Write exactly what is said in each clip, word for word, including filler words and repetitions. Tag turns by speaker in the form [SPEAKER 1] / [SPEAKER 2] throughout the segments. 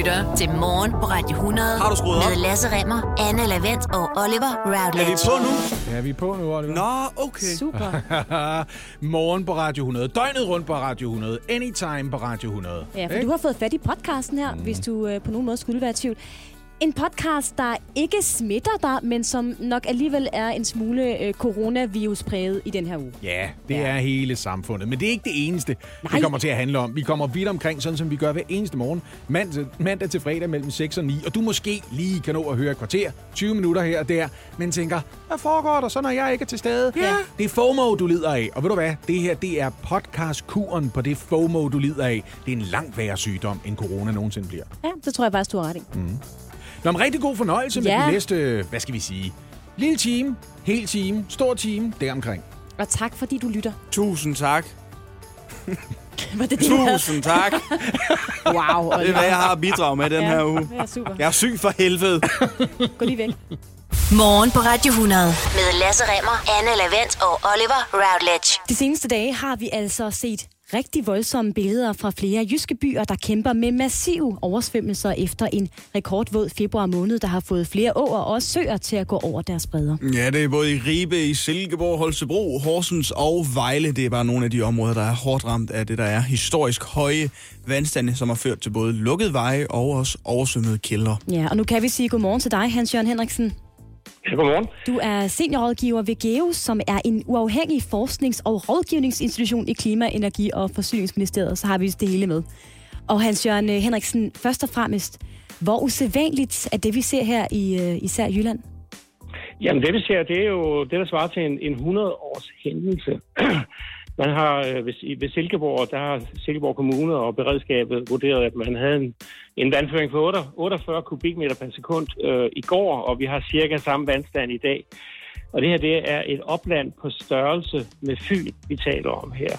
[SPEAKER 1] lytter til Morgen på Radio hundrede.
[SPEAKER 2] Har du skruet op?
[SPEAKER 1] Med Lasse Remmer, Anne Lavent og Oliver Routledge.
[SPEAKER 2] Er vi på nu?
[SPEAKER 3] Er vi på nu, Oliver?
[SPEAKER 2] Nå, okay.
[SPEAKER 4] Super.
[SPEAKER 3] Morgen på Radio hundrede. Døgnet rundt på Radio hundrede. Anytime på Radio hundrede.
[SPEAKER 4] Ja, for du har fået fat i podcasten her, mm. hvis du øh, på nogen måde skulle være i tvivl. En podcast, der ikke smitter dig, men som nok alligevel er en smule øh, coronavirus-præget i den her uge.
[SPEAKER 3] Ja, det
[SPEAKER 4] ja.
[SPEAKER 3] er hele samfundet. Men det er ikke det eneste,
[SPEAKER 4] Nej.
[SPEAKER 3] det kommer til at handle om. Vi kommer vidt omkring, sådan som vi gør hver eneste morgen. Mandag, mandag til fredag mellem seks og ni. Og du måske lige kan nå at høre et kvarter, tyve minutter her og der, men tænker, hvad foregår der så, når jeg ikke er til stede?
[SPEAKER 4] Ja.
[SPEAKER 3] Det er FOMO, du lider af. Og ved du hvad? Det her, det er podcast-kuren på det FOMO, du lider af. Det er en langt værre sygdom, end corona nogensinde bliver.
[SPEAKER 4] Ja, så tror jeg faktisk, du har ret i.
[SPEAKER 3] Mm. Nå, men rigtig god fornøjelse
[SPEAKER 4] ja.
[SPEAKER 3] med den næste, hvad skal vi sige, lille time, hel time, stor time, deromkring.
[SPEAKER 4] Og tak, fordi du lytter.
[SPEAKER 2] Tusind tak.
[SPEAKER 4] Var det det,
[SPEAKER 2] Tusind tak.
[SPEAKER 4] Wow. Oliver.
[SPEAKER 2] Det er, hvad jeg har at bidrage med den
[SPEAKER 4] ja,
[SPEAKER 2] her uge.
[SPEAKER 4] Ja, super.
[SPEAKER 2] Jeg er syg for helvede.
[SPEAKER 4] Gå lige væk.
[SPEAKER 1] Morgen på Radio hundrede. Med Lasse Remmer, Anne Lavent og Oliver Routledge.
[SPEAKER 4] De seneste dage har vi altså set rigtig voldsomme billeder fra flere jyske byer, der kæmper med massive oversvømmelser efter en rekordvåd februar måned, der har fået flere åer og også søer til at gå over deres bredder.
[SPEAKER 2] Ja, det er både i Ribe, i Silkeborg, Holstebro, Horsens og Vejle. Det er bare nogle af de områder, der er hårdt ramt af det, der er historisk høje vandstande, som har ført til både lukkede veje og også oversvømmede kældre.
[SPEAKER 4] Ja, og nu kan vi sige godmorgen til dig, Hans Jørgen Henriksen.
[SPEAKER 5] Ja, godmorgen.
[SPEAKER 4] Du er seniorrådgiver ved GEUS, som er en uafhængig forsknings- og rådgivningsinstitution i Klima-, Energi- og Forsyningsministeriet. Så har vi det hele med. Og Hans Jørgen Henriksen, først og fremmest, hvor usædvanligt er det, vi ser her i især Jylland?
[SPEAKER 5] Jamen det, vi ser, det er jo det, der svarer til en, en hundrede-års hændelse. Man har ved, ved Silkeborg, der har Silkeborg Kommune og beredskabet vurderet, at man havde en, en vandføring på otteogfyrre kubikmeter per sekund øh, i går, og vi har cirka samme vandstand i dag. Og det her, det er et opland på størrelse med Fyn, vi taler om her.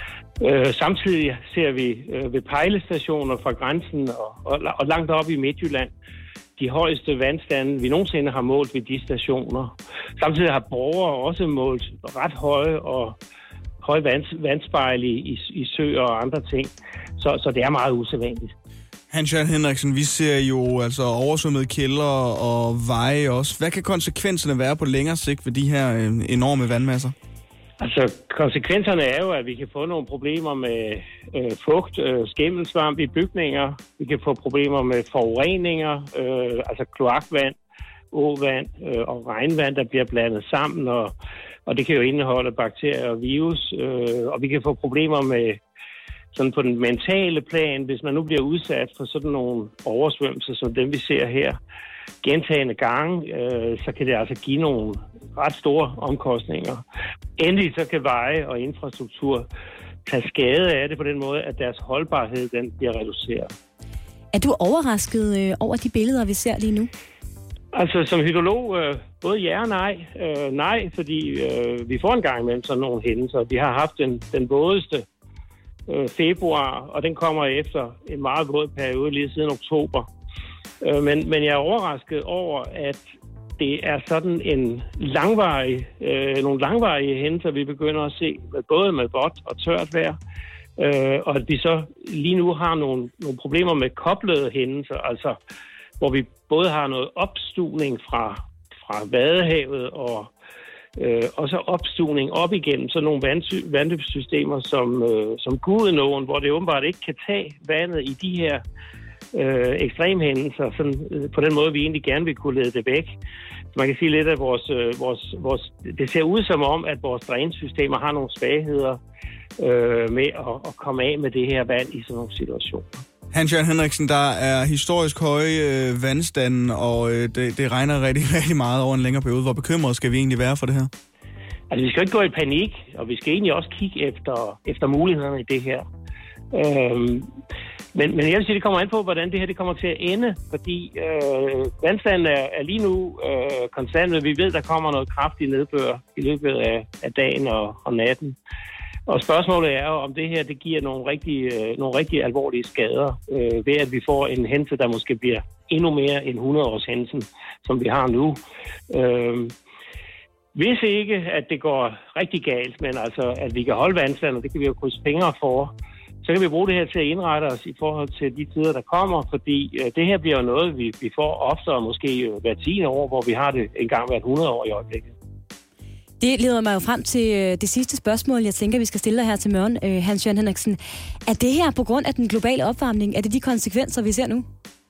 [SPEAKER 5] Øh, samtidig ser vi øh, ved pejlestationer fra grænsen og, og, og langt op i Midtjylland de højeste vandstande, vi nogensinde har målt ved de stationer. Samtidig har borgere også målt ret høje og høje vand, vandspejl i, i, i søer og andre ting. Så, så det er meget usædvanligt.
[SPEAKER 2] Hans Jørgen Henriksen, vi ser jo altså oversvømmede kældre og veje også. Hvad kan konsekvenserne være på længere sigt ved de her øh, enorme vandmasser?
[SPEAKER 5] Altså, konsekvenserne er jo, at vi kan få nogle problemer med øh, fugt, øh, skimmelsvamp i bygninger. Vi kan få problemer med forureninger, øh, altså kloakvand, åvand øh, og regnvand, der bliver blandet sammen, og, og det kan jo indeholde bakterier og virus. Øh, og vi kan få problemer med sådan på den mentale plan, hvis man nu bliver udsat for sådan nogle oversvømmelser, som dem vi ser her gentagende gange, øh, så kan det altså give nogle ret store omkostninger. Endelig så kan veje og infrastruktur tage skade af det på den måde, at deres holdbarhed den bliver reduceret.
[SPEAKER 4] Er du overrasket øh, over de billeder, vi ser lige nu?
[SPEAKER 5] Altså som hydrolog, øh, både ja og nej. Øh, nej, fordi øh, vi får en gang imellem sådan nogle hændelser. Vi har haft den, den vådeste øh, februar, og den kommer efter en meget våd periode lige siden oktober. Øh, men, men jeg er overrasket over, at det er sådan en langvarig, øh, nogle langvarige hændelser, vi begynder at se, både med vådt og tørt vejr. Øh, og at vi så lige nu har nogle, nogle problemer med koblede hændelser, altså hvor vi både har noget opstuvning fra, fra Vadehavet og øh, også opstuvning op igennem sådan nogle vandsy- vandløbssystemer som, øh, som Gudenåen, hvor det åbenbart ikke kan tage vandet i de her øh, ekstremhændelser, sådan, øh, på den måde, vi egentlig gerne vil kunne lede det væk. Man kan sige lidt, at vores, øh, vores, vores, det ser ud som om, at vores drænssystemer har nogle svagheder øh, med at, at komme af med det her vand i sådan nogle situationer.
[SPEAKER 2] Hans Jørgen Henriksen, der er historisk høje øh, vandstanden, og øh, det, det regner rigtig, rigtig meget over en længere periode. Hvor bekymret skal vi egentlig være for det her?
[SPEAKER 5] Altså, vi skal ikke gå i panik, og vi skal egentlig også kigge efter, efter mulighederne i det her. Øhm, men, men jeg vil sige, det kommer an på, hvordan det her det kommer til at ende, fordi øh, vandstanden er, er lige nu øh, konstant. Vi ved, der kommer noget kraftig nedbør i løbet af, af dagen og, og natten. Og spørgsmålet er jo, om det her det giver nogle rigtig, øh, nogle rigtig alvorlige skader, øh, ved at vi får en hændelse, der måske bliver endnu mere end hundrede-års hændelsen, som vi har nu. Øh, hvis ikke, at det går rigtig galt, men altså, at vi kan holde vandstanden, det kan vi jo krydse fingre for, så kan vi bruge det her til at indrette os i forhold til de tider, der kommer, fordi øh, det her bliver jo noget, vi, vi får oftere, måske hver tiende år, hvor vi har det engang hvert hundrede år i øjeblikket.
[SPEAKER 4] Det leder mig jo frem til øh, det sidste spørgsmål, jeg tænker, vi skal stille dig her til morgen, øh, Hans-Jørgen Henriksen. Er det her på grund af den globale opvarmning? Er det de konsekvenser, vi ser nu?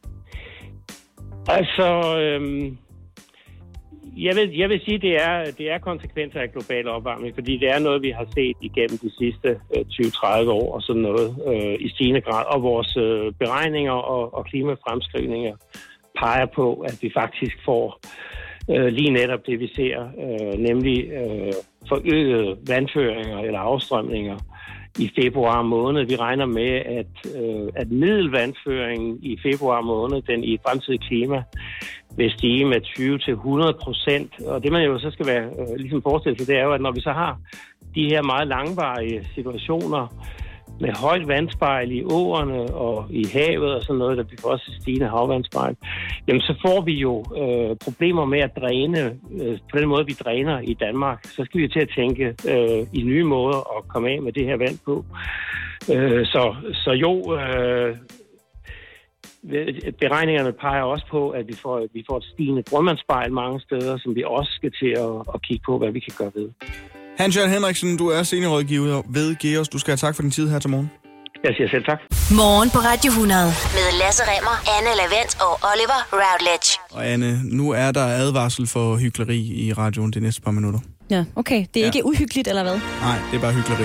[SPEAKER 5] Altså, øhm, jeg, vil, jeg vil sige, at det er, det er konsekvenser af global opvarmning, fordi det er noget, vi har set igennem de sidste øh, tyve til tredive år og sådan noget øh, i stigende grad. Og vores øh, beregninger og, og klimafremskrivninger peger på, at vi faktisk får øh, lige netop det, vi ser, øh, nemlig øh, forøgede vandføringer eller afstrømninger i februar måned. Vi regner med, at, øh, at middelvandføringen i februar måned, den i fremtidig klima, vil stige med tyve til hundrede procent. Og det man jo så skal være øh, ligesom forestille sig, det er jo, at når vi så har de her meget langvarige situationer med højt vandspejl i åerne og i havet og sådan noget, der bliver også stigende havvandspejl, jamen så får vi jo øh, problemer med at dræne øh, på den måde, vi dræner i Danmark. Så skal vi til at tænke øh, i nye måder at komme af med det her vand på. Øh, så, så jo, øh, beregningerne peger også på, at vi får, vi får et stigende grundvandsspejl mange steder, som vi også skal til at, at kigge på, hvad vi kan gøre ved.
[SPEAKER 2] Hans-Jørgen Henriksen, du er seniorrådgiver ved GEOS. Du skal have tak for din tid her til morgen.
[SPEAKER 5] Jeg siger selv tak.
[SPEAKER 1] Morgen på Radio hundrede med Lasse Remmer, Anne Lavent og Oliver Routledge.
[SPEAKER 2] Og Anne, nu er der advarsel for hykleri i radioen de næste par minutter.
[SPEAKER 4] Ja, okay. Det er
[SPEAKER 2] Ja.
[SPEAKER 4] ikke uhyggeligt, eller hvad?
[SPEAKER 2] Nej, det er bare hykleri.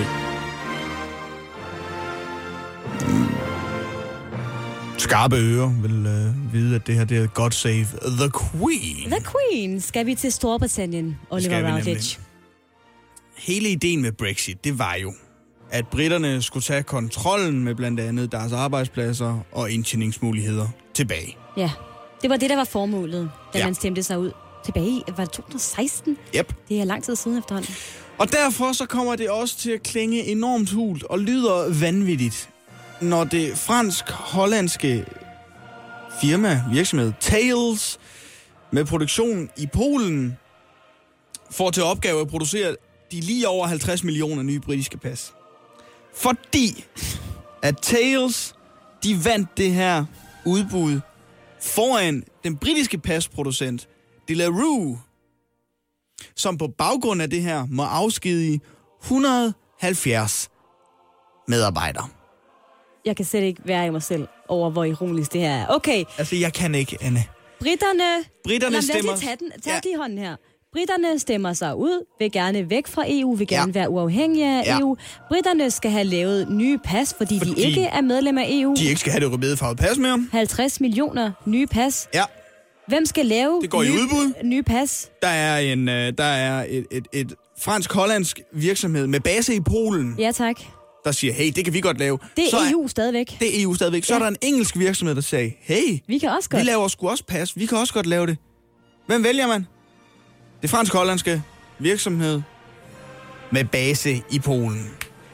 [SPEAKER 2] Mm. Skarpe ører vil øh, vide, at det her det er God Save the Queen.
[SPEAKER 4] The Queen. Skal vi til Storbritannien, Oliver Routledge?
[SPEAKER 2] Hele ideen med Brexit, det var jo, at britterne skulle tage kontrollen med blandt andet deres arbejdspladser og indtjeningsmuligheder tilbage.
[SPEAKER 4] Ja, det var det, der var formålet, da
[SPEAKER 2] Ja.
[SPEAKER 4] man stemte sig ud. Tilbage i, var det to tusind og seksten?
[SPEAKER 2] Yep.
[SPEAKER 4] Det er lang tid siden efterhånden.
[SPEAKER 2] Og derfor så kommer det også til at klinge enormt hult og lyder vanvittigt, når det fransk-hollandske firma, virksomhed Thales, med produktion i Polen, får til opgave at producere de lige over halvtreds millioner nye britiske pas. Fordi at Thales, de vandt det her udbud foran den britiske pasproducent De La Rue, som på baggrund af det her må afskedige et hundrede og halvfjerds medarbejdere.
[SPEAKER 4] Jeg kan slet ikke være i mig selv over, hvor ironisk det her er. Okay,
[SPEAKER 2] Altså, jeg kan ikke, Anne.
[SPEAKER 4] britterne...
[SPEAKER 2] Britterne
[SPEAKER 4] Lad os
[SPEAKER 2] stemmer...
[SPEAKER 4] lige tage den. Tag
[SPEAKER 2] Ja.
[SPEAKER 4] lige hånden her. Britterne stemmer sig ud, vil gerne væk fra E U, vil gerne
[SPEAKER 2] Ja.
[SPEAKER 4] være uafhængige af
[SPEAKER 2] Ja.
[SPEAKER 4] E U. Britterne skal have lavet nye pas, fordi, fordi
[SPEAKER 2] Fordi
[SPEAKER 4] de ikke er medlem af E U.
[SPEAKER 2] De ikke skal have det rødbedefarvede pas mere.
[SPEAKER 4] halvtreds millioner nye pas.
[SPEAKER 2] Ja,
[SPEAKER 4] Hvem skal lave
[SPEAKER 2] Det går i
[SPEAKER 4] nye,
[SPEAKER 2] udbud.
[SPEAKER 4] nye pas?
[SPEAKER 2] der er, en, øh, der er et, et, et fransk-hollandsk virksomhed med base i Polen,
[SPEAKER 4] Ja, tak.
[SPEAKER 2] der siger, hey, det kan vi godt lave.
[SPEAKER 4] Det
[SPEAKER 2] Så
[SPEAKER 4] er E U stadigvæk.
[SPEAKER 2] Det er E U stadigvæk. Så
[SPEAKER 4] Ja.
[SPEAKER 2] er der en engelsk virksomhed, der siger, hey,
[SPEAKER 4] Vi kan også
[SPEAKER 2] vi
[SPEAKER 4] godt.
[SPEAKER 2] laver sgu også pas. Vi kan også godt lave det. Hvem vælger man? Det fransk-hollandske virksomhed med base i Polen.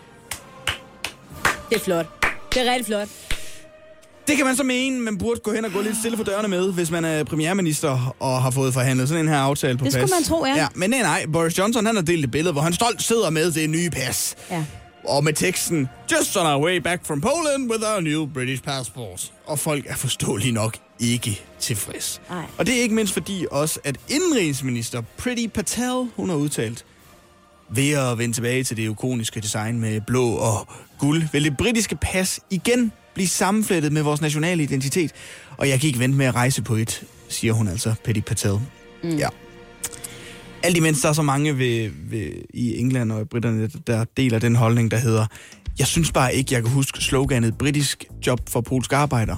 [SPEAKER 4] Det er flot. Det er rigtig flot.
[SPEAKER 2] Det kan man så mene, man burde gå hen og gå lidt stille for dørene med, hvis man er premierminister og har fået forhandlet sådan en her aftale på
[SPEAKER 4] Det
[SPEAKER 2] pas.
[SPEAKER 4] skulle man tro, ja.
[SPEAKER 2] ja. Men nej, nej, Boris Johnson han har delt et billede, hvor han stolt sidder med det nye pas.
[SPEAKER 4] Ja.
[SPEAKER 2] Og med teksten, just on our way back from Poland with our new British passport. Og folk er forståeligt nok ikke tilfreds.
[SPEAKER 4] Ej.
[SPEAKER 2] Og det er ikke mindst fordi også, at indrigsminister Priti Patel, hun har udtalt, ved at vende tilbage til det ikoniske design med blå og guld, vil det britiske pas igen blive sammenflettet med vores nationale identitet. Og jeg kan ikke vente med at rejse på et, siger hun altså, Priti Patel. Mm. Ja. Alt imens der er så mange ved, ved, i England og britterne, der deler den holdning, der hedder, jeg synes bare ikke, jeg kan huske sloganet britisk job for polske arbejdere.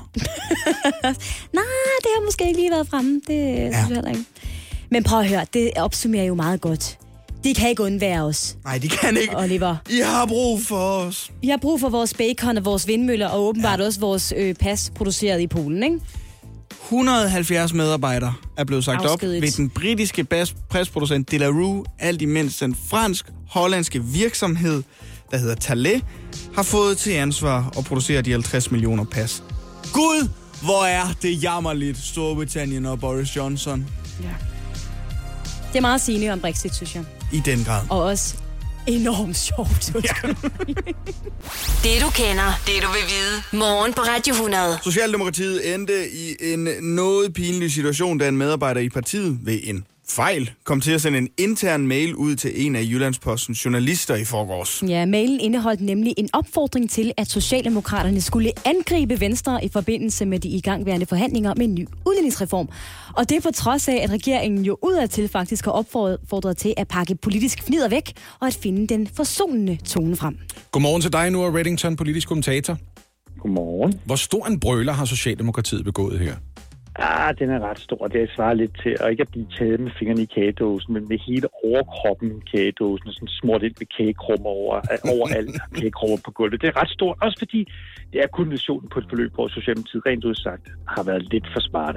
[SPEAKER 4] Nej, det har måske ikke lige været fremme. Det ja. synes jeg heller ikke. Men prøv at høre, det opsummerer jo meget godt. De kan ikke undvære os,
[SPEAKER 2] Nej, de kan ikke.
[SPEAKER 4] Oliver.
[SPEAKER 2] I har brug for os.
[SPEAKER 4] Vi har brug for vores bacon og vores vindmøller, og åbenbart ja. også vores øh, pas produceret i Polen, ikke?
[SPEAKER 2] et hundrede og halvfjerds medarbejdere er blevet sagt
[SPEAKER 4] Afskediget.
[SPEAKER 2] op ved den britiske presproducent De La Rue, alt imens den fransk-hollandske virksomhed, der hedder Thales, har fået til ansvar at producere de halvtreds millioner pas. Gud, hvor er det jammerligt, Storbritannien og Boris Johnson.
[SPEAKER 4] Ja. Det er meget sigende om Brexit, synes jeg.
[SPEAKER 2] I den grad.
[SPEAKER 4] Og også enormt sjovt. Ja.
[SPEAKER 1] Det du kender, det du vil vide. Morgen på Radio hundrede.
[SPEAKER 2] Socialdemokratiet endte i en noget pinlig situation, da en medarbejder i partiet ved en fejl kom til at sende en intern mail ud til en af Jyllandspostens journalister i forgårs.
[SPEAKER 4] Ja, mailen indeholdt nemlig en opfordring til, at Socialdemokraterne skulle angribe Venstre i forbindelse med de igangværende forhandlinger om en ny udligningsreform. Og det er på trods af, at regeringen jo udadtil faktisk har opfordret til at pakke politisk fnider væk og at finde den forsonende tone frem.
[SPEAKER 3] Godmorgen til dig, Noah Reddington, politisk kommentator.
[SPEAKER 6] Godmorgen.
[SPEAKER 3] Hvor stor en brøler har Socialdemokratiet begået her?
[SPEAKER 6] Ah, den er ret stor. Det svarer lidt til at ikke at blive taget med fingrene i kagedåsen, men med hele overkroppen i kagedåsen, og sådan smurt ind med kagekrummer over, overalt, kagekrummer på gulvet. Det er ret stort, også fordi det er kulminationen på et forløb, hvor Socialdemokratiet rent udsagt har været lidt for smarte.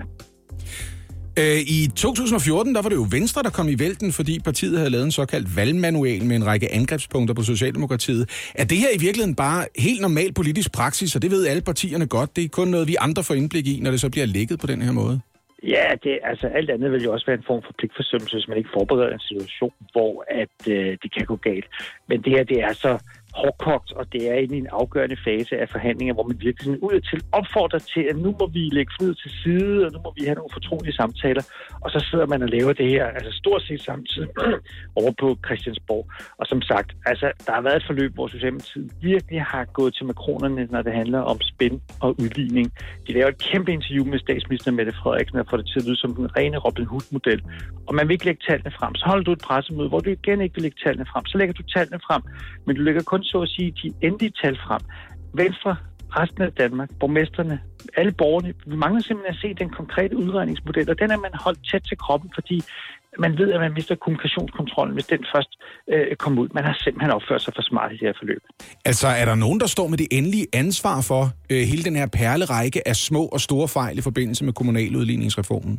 [SPEAKER 3] I to tusind og fjorten, der var det jo Venstre, der kom i vælten, fordi partiet havde lavet en såkaldt valgmanual med en række angrebspunkter på Socialdemokratiet. Er det her i virkeligheden bare helt normal politisk praksis, og det ved alle partierne godt? Det er kun noget, vi andre får indblik i, når det så bliver lækket på den her måde?
[SPEAKER 6] Ja, det, altså alt andet vil jo også være en form for pligtforsømmelse, hvis man ikke forbereder en situation, hvor at, øh, det kan gå galt. Men det her, det er så hårdkogt, og det er inde i en afgørende fase af forhandlinger, hvor man virkelig sådan ud til opfordrer til, at nu må vi lægge fnid til side, og nu må vi have nogle fortrolige samtaler, og så sidder man og laver det her, altså stort set samtidig over på Christiansborg. Og som sagt, altså der har været et forløb, hvor Socialdemokratiet virkelig har gået til makronerne, når det handler om spænd og udligning. De laver et kæmpe interview med statsminister Mette Frederiksen og får det til at lyde som den rene Robin Hood-model. Og man vil ikke lægge tallene frem. Så holder du et pressemøde, hvor du igen ikke vil lægge tallene frem. Så lægger du tallene frem, men du lægger kun så at sige de endelige tal frem. Venstre, resten af Danmark, borgmestrene, alle borgerne, vi mangler simpelthen at se den konkrete udregningsmodel, og den er man holdt tæt til kroppen, fordi man ved, at man mister kommunikationskontrollen, hvis den først øh, kommer ud. Man har simpelthen opført sig for smart i det her forløb.
[SPEAKER 3] Altså, er der nogen, der står med det endelige ansvar for øh, hele den her perlerække af små og store fejl i forbindelse med kommunaludligningsreformen?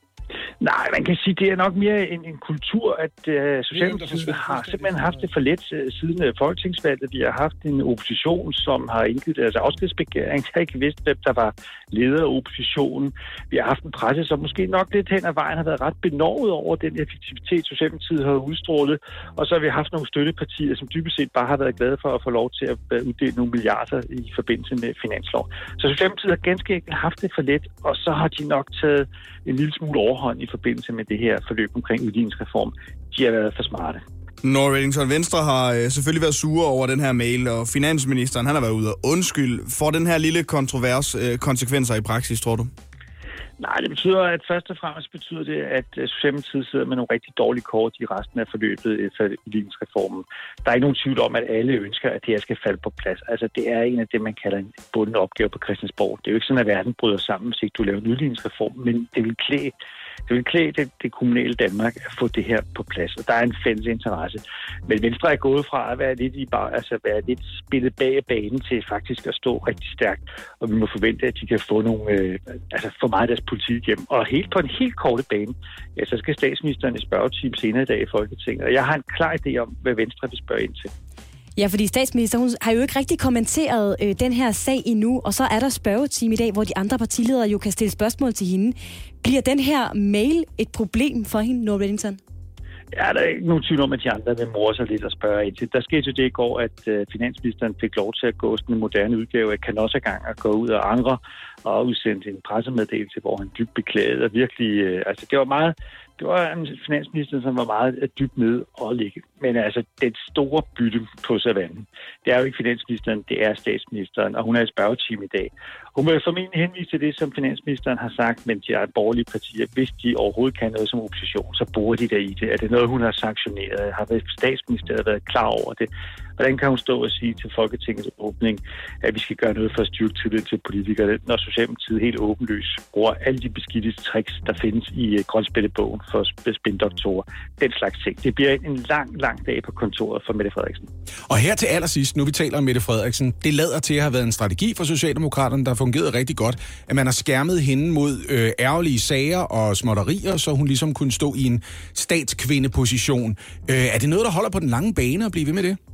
[SPEAKER 6] Nej, man kan sige, det er nok mere en, en kultur, at uh, Socialdemokratiet har simpelthen haft det for let uh, siden uh, folketingsvalget. Vi har haft en opposition, som har indgivet deres afskedsbegæring. De har ikke vidst, hvem der var leder af oppositionen. Vi har haft en presse, som måske nok lidt hen ad vejen har været ret benovet over den effektivitet, Socialdemokratiet har udstrålet. Og så har vi haft nogle støttepartier, som dybest set bare har været glade for at få lov til at uddele nogle milliarder i forbindelse med finanslov. Så Socialdemokratiet har ganske enkelt haft det for let, og så har de nok taget en lille smule overhånd i forbindelse med det her forløb omkring udligningsreform. De har været for smarte.
[SPEAKER 2] Noah Reddington, Venstre har øh, selvfølgelig været sure over den her mail, og finansministeren han har været ude og undskylde. For den her lille kontrovers øh, konsekvenser i praksis, tror du?
[SPEAKER 6] Nej, det betyder, at først og fremmest betyder det, at Socialdemokratiet sidder med nogle rigtig dårlige kort i resten af forløbet efter udligningsreformen. Der er ikke nogen tvivl om, at alle ønsker, at det her skal falde på plads. Altså, det er en af det, man kalder en bunden opgave på Christiansborg. Det er jo ikke sådan, at verden bryder sammen, hvis ikke du laver en udligningsreform, men det vil klæde Det vil klæde det, det kommunale Danmark at få det her på plads, og der er en fælles interesse. Men Venstre er gået fra at være lidt, i bare, altså være lidt spillet bag af banen til faktisk at stå rigtig stærkt, og vi må forvente, at de kan få nogle, øh, altså få meget af deres politik hjem. Og helt på en helt korte bane, ja, så skal statsministeren i spørgetime senere i dag i Folketinget, og jeg har en klar idé om, hvad Venstre vil spørge ind til.
[SPEAKER 4] Ja, fordi statsministeren hun har jo ikke rigtig kommenteret øh, den her sag endnu, og så er der spørgetime i dag, hvor de andre partiledere jo kan stille spørgsmål til hende. Bliver den her mail et problem for hende, Noah Reddington?
[SPEAKER 6] Ja, der er ikke nogen tvivl om, at de andre vil more sig lidt og spørge ind til. Der skete jo det i går, at øh, finansministeren fik lov til at gå sådan en moderne udgave af Kanossagang og gå ud og angre og udsendte en pressemeddelelse, hvor han dybt beklagede og virkelig, øh, altså det var meget, det var en finansminister, som var meget dybt nede og ligge. Men altså, det store bytte på savannen, det er jo ikke finansministeren, det er statsministeren, og hun er i spørgetime i dag. Hun vil formentlig henvise til det, som finansministeren har sagt, men de er borgerlige partier. Hvis de overhovedet kan noget som opposition, så bruger de der i det. Er det noget, hun har sanktioneret? Har statsministeriet været klar over det? Hvordan kan hun stå og sige til Folketingets åbning, at vi skal gøre noget for at styrke tillid til politikere, når Socialdemokratiet helt åbenlyst bruger alle de beskidte tricks, der findes i grønspættebogen for spindoktorer. Den slags ting. Det bliver en lang, lang dag på kontoret for Mette Frederiksen.
[SPEAKER 3] Og her til allersidst, nu vi taler om Mette Frederiksen, det lader til at have været en strategi for Socialdemokraterne, der har fungeret rigtig godt, at man har skærmet hende mod øh, ærgerlige sager og småtterier, så hun ligesom kunne stå i en statskvindeposition. Øh, er det noget, der holder på den lange bane at blive ved med det?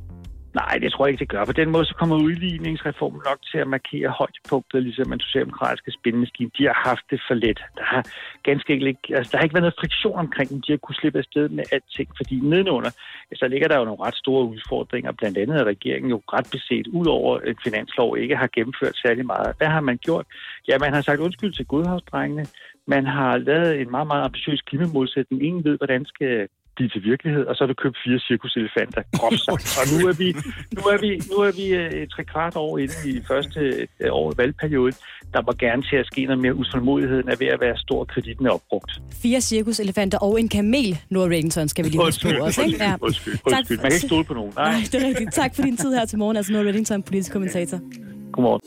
[SPEAKER 6] Nej, det tror jeg ikke, det gør. På den måde så kommer udligningsreformen nok til at markere højdepunktet, ligesom en socialdemokratiske spindemaskine. De har haft det for let. Der har ganske ikke, altså, der har ikke været noget friktion omkring dem. De har kunnet slippe afsted med alting, fordi nedenunder, så ligger der jo nogle ret store udfordringer. Blandt andet at regeringen jo ret beset, ud over en finanslov, ikke har gennemført særlig meget. Hvad har man gjort? Ja, man har sagt undskyld til godhavnsdrengene. Man har lavet en meget, meget ambitiøs klimamålsætning. Ingen ved, hvordan skal blive til virkelighed, og så er du købt fire cirkuselefanter, groft sagt. Og nu er vi, nu er vi, nu er vi øh, tre kvart år inde i første øh, år i valgperioden. Der må gerne til at ske noget mere. Utålmodigheden er ved at være stor, kreditten er opbrugt.
[SPEAKER 4] Fire cirkuselefanter og en kamel, Nora Reddington, skal vi lige huske på også, ikke? Ja.
[SPEAKER 6] Undskyld, undskyld. Man kan ikke stole på nogen. Nej.
[SPEAKER 4] Nej, det er rigtigt. Tak for din tid her til morgen. Altså Nora Reddington, politisk kommentator.
[SPEAKER 6] Godmorgen.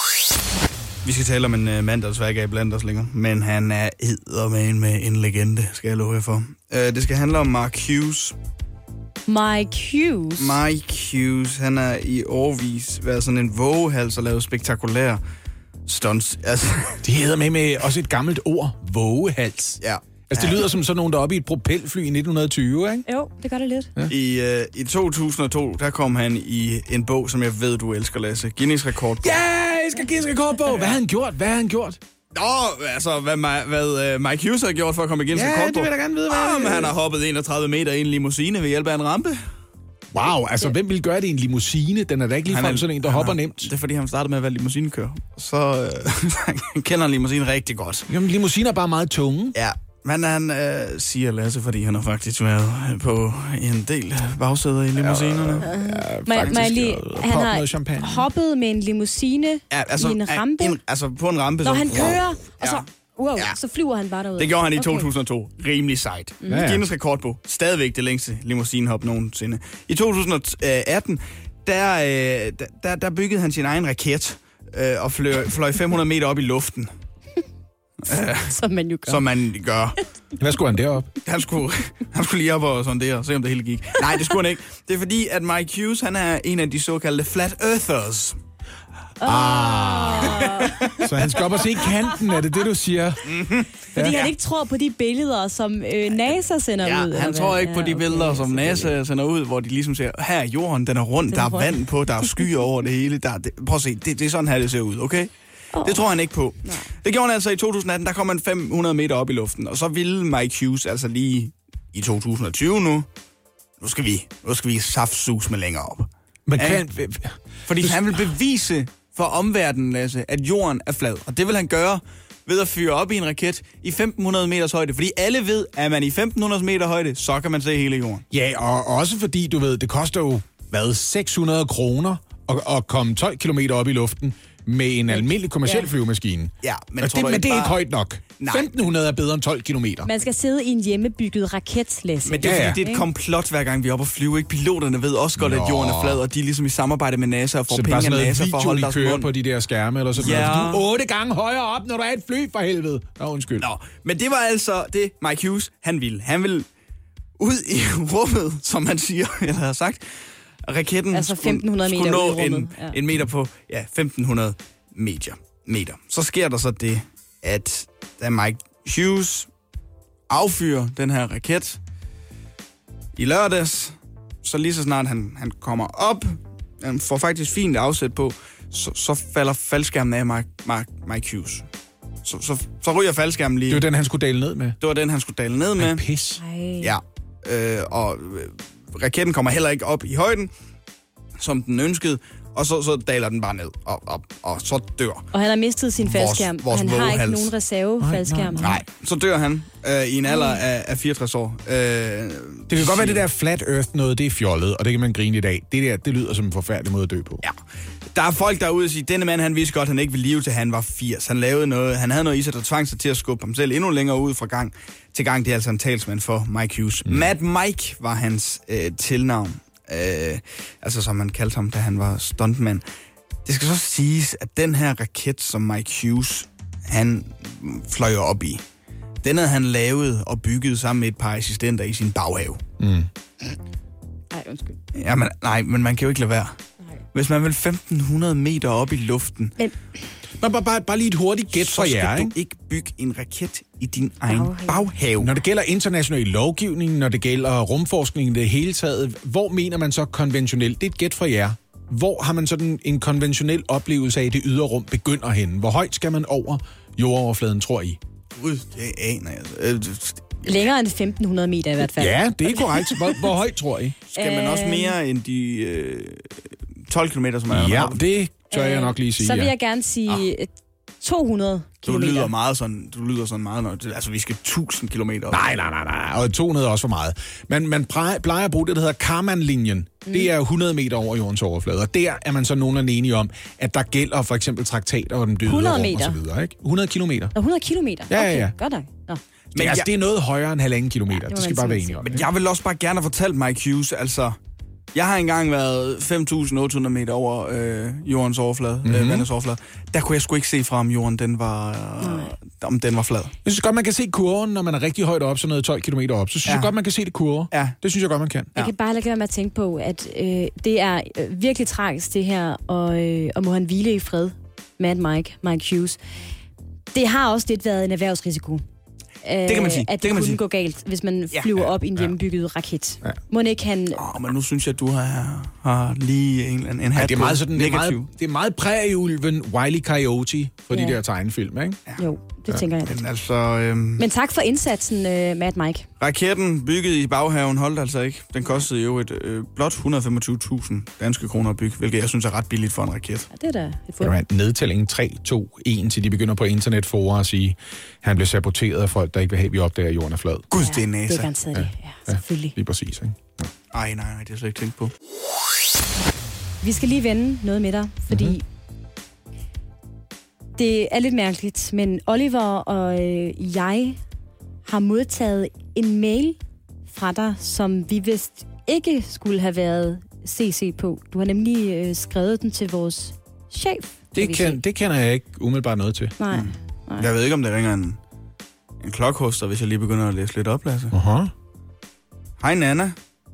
[SPEAKER 2] Vi skal tale om en uh, mand, der desværre ikke er blandt os længere, men han er eddermame med en legende, skal jeg love jer for. Uh, det skal handle om Mark Hughes.
[SPEAKER 4] Mike Hughes?
[SPEAKER 2] Mike Hughes, han er i årevis været sådan en vågehals og lavet spektakulære stunts. Altså.
[SPEAKER 3] Det hedder med med også et gammelt ord, vågehals.
[SPEAKER 2] Ja.
[SPEAKER 3] Altså, det lyder som sådan nogen, der er oppe i et propelfly i nitten tyve, ikke?
[SPEAKER 4] Jo, det gør det lidt.
[SPEAKER 2] Ja. I, uh, I to tusind og to, der kom han i en bog, som jeg ved, du elsker, Lasse. Guinness rekordbog.
[SPEAKER 3] Ja, jeg skal Guinness rekordbog. Hvad har han gjort? Hvad har han gjort?
[SPEAKER 2] Nå, altså, hvad, hvad uh, Mike Hughes har gjort for at komme i Guinness
[SPEAKER 3] ja,
[SPEAKER 2] rekordbog.
[SPEAKER 3] Ja, det vil jeg gerne vide, hvad
[SPEAKER 2] oh, men han har hoppet enogtredive meter i en limousine ved hjælp af en rampe.
[SPEAKER 3] Wow, altså, hvem vil gøre det i en limousine? Den er da ikke ligefrem sådan en, der hopper nemt.
[SPEAKER 2] Det er, fordi han startede med at være limousinekører. Så øh, kender han limousine rigtig godt.
[SPEAKER 3] Jamen, limousiner er bare meget tunge.
[SPEAKER 2] Ja. Men han øh, siger Lasse, fordi han har faktisk været på en del bagsæder i limousinerne.
[SPEAKER 3] Ja, ja,
[SPEAKER 4] man, man lige, han har hoppet med en limousine
[SPEAKER 2] ja, altså,
[SPEAKER 4] i en rampe.
[SPEAKER 2] En, altså på en rampe.
[SPEAKER 4] Når
[SPEAKER 2] så,
[SPEAKER 4] han kører, og
[SPEAKER 2] ja.
[SPEAKER 4] så, wow, ja. så flyver han bare derud.
[SPEAKER 2] Det gjorde han i
[SPEAKER 4] okay.
[SPEAKER 2] to tusind og to. Rimelig sejt. Mm. Ja, ja. Guinness rekordbog. Stadigvæk det længste limousinehop nogensinde. I to tusind og atten, der, øh, der, der byggede han sin egen raket øh, og fløj, fløj fem hundrede meter op i luften.
[SPEAKER 4] Som man jo gør.
[SPEAKER 2] Som man gør.
[SPEAKER 3] Hvad skulle han derop?
[SPEAKER 2] Han skulle, han skulle lige op og sondere og se, om det hele gik. Nej, det skulle han ikke. Det er fordi, at Mike Hughes, han er en af de såkaldte flat earthers.
[SPEAKER 3] Ah. Så han skal op og se kanten, er det det, du siger?
[SPEAKER 2] Mm-hmm.
[SPEAKER 4] Fordi
[SPEAKER 2] ja.
[SPEAKER 4] han ikke tror på de billeder, som øh, NASA sender
[SPEAKER 2] ja,
[SPEAKER 4] ud.
[SPEAKER 2] han tror ikke ja, på de billeder, okay, som NASA sender ud, hvor de ligesom siger, her er jorden, den er rund, den er der er vand på, der er skyer over det hele. Der, det, prøv at se, det, det er sådan her, det ser ud, okay? Oh. Det tror han ikke på. Nej. Det gjorde han altså i to tusind atten, der kom han fem hundrede meter op i luften, og så ville Mike Hughes altså lige i to tusind og tyve nu, nu skal vi, nu skal vi saftsus med længere op.
[SPEAKER 3] Men kan...
[SPEAKER 2] Ja? Fordi han vil bevise for omverdenen, Lasse, at jorden er flad, og det vil han gøre ved at fyre op i en raket i femten hundrede meters højde, fordi alle ved, at man i femten hundrede meter højde, så kan man se hele jorden.
[SPEAKER 3] Ja, og også fordi, du ved, det koster jo, hvad, seks hundrede kroner at, at komme tolv kilometer op i luften med en almindelig kommerciel ja. flyvemaskine.
[SPEAKER 2] Ja, men,
[SPEAKER 3] det, men det er bare... ikke højt nok. femten hundrede er bedre end tolv kilometer.
[SPEAKER 4] Man skal sidde i en hjemmebygget raketlæsse.
[SPEAKER 2] Men det er, ja, ja. det er et komplot, hver gang vi er oppe og flyve. Ikke? Piloterne ved også godt, Nå. at jorden er flad, og de er ligesom i samarbejde med NASA og får penge af NASA for at holde deres mund.
[SPEAKER 3] på de der skærme eller sådan
[SPEAKER 2] ja.
[SPEAKER 3] noget. Du er otte gange højere op, når du er et fly, for helvede. Nå, undskyld.
[SPEAKER 2] Nå, men det var altså det, Mike Hughes, han ville. Han ville ud i rummet, som man siger, eller har sagt. Raketten
[SPEAKER 4] altså femten hundrede meter
[SPEAKER 2] skulle nå
[SPEAKER 4] ud i rummet.
[SPEAKER 2] En, ja. en meter på ja, femten hundrede meter. meter. Så sker der så det, at da Mike Hughes affyrer den her raket i lørdags, så lige så snart han, han kommer op, han får faktisk fint afsæt på, så, så falder faldskærmen af Mike, Mike, Mike Hughes. Så, så, så ryger faldskærmen lige.
[SPEAKER 3] Det var den, han skulle dale ned med?
[SPEAKER 2] Det var den, han skulle dale ned med.
[SPEAKER 3] Ej, pis.
[SPEAKER 4] Ej.
[SPEAKER 2] Ja, øh, og øh, raketten kommer heller ikke op i højden, som den ønskede, og så, så daler den bare ned, og, og, og så dør.
[SPEAKER 4] Og han har mistet sin faldskærm.
[SPEAKER 2] Vores, vores
[SPEAKER 4] han har ikke
[SPEAKER 2] vågehals.
[SPEAKER 4] nogen reserve-faldskærm.
[SPEAKER 2] Nej, nej, så dør han øh, i en alder af, af fireogtres år. Øh,
[SPEAKER 3] det kan godt være, det der flat earth noget, det er fjollet, og det kan man grine i dag. Det der, det lyder som en forfærdelig måde at dø på.
[SPEAKER 2] Ja. Der er folk derude og siger, denne mand, han vidste godt, han ikke ville leve til han var firs. Han lavede noget, han havde noget i sig, der tvang sig til at skubbe ham selv endnu længere ud fra gang til gang. Det er altså en talsmand for Mike Hughes. Mm. Mad Mike var hans øh, tilnavn. Øh, altså som man kaldte ham, da han var stuntman. Det skal så siges, at den her raket, som Mike Hughes, han fløj op i, den havde han lavet og bygget sammen med et par assistenter i sin baghave.
[SPEAKER 3] Mm.
[SPEAKER 4] Ej, undskyld.
[SPEAKER 2] Jamen, nej, men man kan jo ikke lade være. Nej. Hvis man vil femten hundrede meter op i luften,
[SPEAKER 4] men...
[SPEAKER 3] Bare, bare, bare, bare lige et hurtigt gæt fra jer,
[SPEAKER 2] Så skal
[SPEAKER 3] ikke?
[SPEAKER 2] du ikke bygge en raket i din egen baghave. baghave.
[SPEAKER 3] Når det gælder international lovgivning, når det gælder rumforskning i det hele taget, hvor mener man så konventionelt? Det er et gæt fra jer. Hvor har man sådan en konventionel oplevelse af, at det ydre rum begynder henne? Hvor højt skal man over jordoverfladen, tror I?
[SPEAKER 2] Gud, det aner jeg.
[SPEAKER 4] Længere end femten hundrede meter i hvert fald.
[SPEAKER 3] Ja, det er korrekt. Hvor, hvor højt, tror I?
[SPEAKER 2] Skal man også mere end de øh, tolv kilometer, som er
[SPEAKER 3] Ja,
[SPEAKER 2] der?
[SPEAKER 3] det tør jeg nok lige sige.
[SPEAKER 4] Så vil
[SPEAKER 3] ja.
[SPEAKER 4] jeg gerne sige ah. to hundrede
[SPEAKER 2] Du
[SPEAKER 4] kilometer.
[SPEAKER 2] lyder meget sådan, du lyder sådan meget, når, altså vi skal tusind kilometer op.
[SPEAKER 3] Nej, nej, nej, nej. Og to hundrede er også for meget. Men man plejer, plejer at bruge det, der hedder Kármán-linjen. Mm. Det er hundrede meter over jordens overflade. Og der er man så nogenlunde enige om, at der gælder for eksempel traktater og den døde
[SPEAKER 4] hundrede
[SPEAKER 3] rum
[SPEAKER 4] meter.
[SPEAKER 3] og så videre, ikke? hundrede kilometer.
[SPEAKER 4] Og hundrede kilometer?
[SPEAKER 3] Ja, ja,
[SPEAKER 4] okay,
[SPEAKER 3] ja.
[SPEAKER 4] Godt nok. Nå.
[SPEAKER 3] Men det, altså,
[SPEAKER 2] jeg,
[SPEAKER 3] det er noget højere end halvanden kilometer.
[SPEAKER 4] Ja,
[SPEAKER 3] det,
[SPEAKER 4] det
[SPEAKER 3] det skal
[SPEAKER 4] må
[SPEAKER 3] bare
[SPEAKER 4] man
[SPEAKER 3] være
[SPEAKER 4] sige.
[SPEAKER 3] enige om.
[SPEAKER 2] men jeg vil også bare gerne have fortalt Mike Hughes, altså... Jeg har engang været fem tusind otte hundrede meter over øh, jordens overflade, mm-hmm. øh, vandets overflade. Der kunne jeg sgu ikke se fra, om jorden den var, øh, om den var flad.
[SPEAKER 3] Jeg synes godt, man kan se kurven, når man er rigtig højt op, så noget tolv kilometer op. Så synes ja. jeg godt, man kan se det kurve.
[SPEAKER 2] Ja.
[SPEAKER 3] Det synes jeg godt, man kan.
[SPEAKER 4] Jeg kan bare lade være med at tænke på, at øh, det er øh, virkelig tragisk, det her, og, øh, og må han hvile i fred, Mad Mike, Mike Hughes. Det har også lidt været en erhvervsrisiko.
[SPEAKER 2] Det kan man sige.
[SPEAKER 4] At det,
[SPEAKER 2] det
[SPEAKER 4] kunne
[SPEAKER 2] sige.
[SPEAKER 4] gå galt, hvis man
[SPEAKER 2] Ja.
[SPEAKER 4] flyver
[SPEAKER 3] Ja.
[SPEAKER 4] op i en
[SPEAKER 3] Ja.
[SPEAKER 4] hjemmebygget raket.
[SPEAKER 3] Ja.
[SPEAKER 4] Må ikke han...
[SPEAKER 2] Åh, men nu synes jeg, at du har, har lige en, en, en hat
[SPEAKER 3] Ja, det er meget sådan, det er
[SPEAKER 2] negativ.
[SPEAKER 3] meget, det er meget præriulven Wile E. Coyote for
[SPEAKER 4] Ja.
[SPEAKER 3] de der tegnefilm, ikke?
[SPEAKER 4] Jo, det ja. tænker jeg.
[SPEAKER 2] Men altså, øhm,
[SPEAKER 4] Men tak for indsatsen, øh, Mad Mike.
[SPEAKER 2] raketten bygget i baghaven holdt altså ikke. Den kostede jo et øh, blot et hundrede og femogtyve tusind danske kroner at bygge, hvilket jeg synes er ret billigt for en raket.
[SPEAKER 4] Ja, det er da et
[SPEAKER 3] Det
[SPEAKER 4] fund.
[SPEAKER 3] var en nedtælling tre, to, et, til de begynder på internetforer at sige, at han blev saboteret af folk, der ikke vil have, at vi opdager, at jorden er flad.
[SPEAKER 2] Gud,
[SPEAKER 4] Ja,
[SPEAKER 2] det er
[SPEAKER 4] det er
[SPEAKER 2] NASA.
[SPEAKER 4] garanteret det. Ja, selvfølgelig.
[SPEAKER 3] Lige præcis, ikke? Ja.
[SPEAKER 2] Ej, nej, nej, det har jeg slet ikke tænkt på.
[SPEAKER 4] Vi skal lige vende noget med dig, fordi mm-hmm. det er lidt mærkeligt, men Oliver og øh, jeg har modtaget en mail fra dig, som vi vist ikke skulle have været C C på. Du har nemlig øh, skrevet den til vores chef. kan vi
[SPEAKER 3] Det,
[SPEAKER 4] se.
[SPEAKER 3] kan, det kender jeg ikke umiddelbart noget til.
[SPEAKER 4] Nej.
[SPEAKER 2] Mm.
[SPEAKER 4] Nej.
[SPEAKER 2] Jeg ved ikke, om der ringer en, en klokhoster, hvis jeg lige begynder at læse lidt op, Lasse.
[SPEAKER 3] Uh-huh.
[SPEAKER 2] Hej Nana.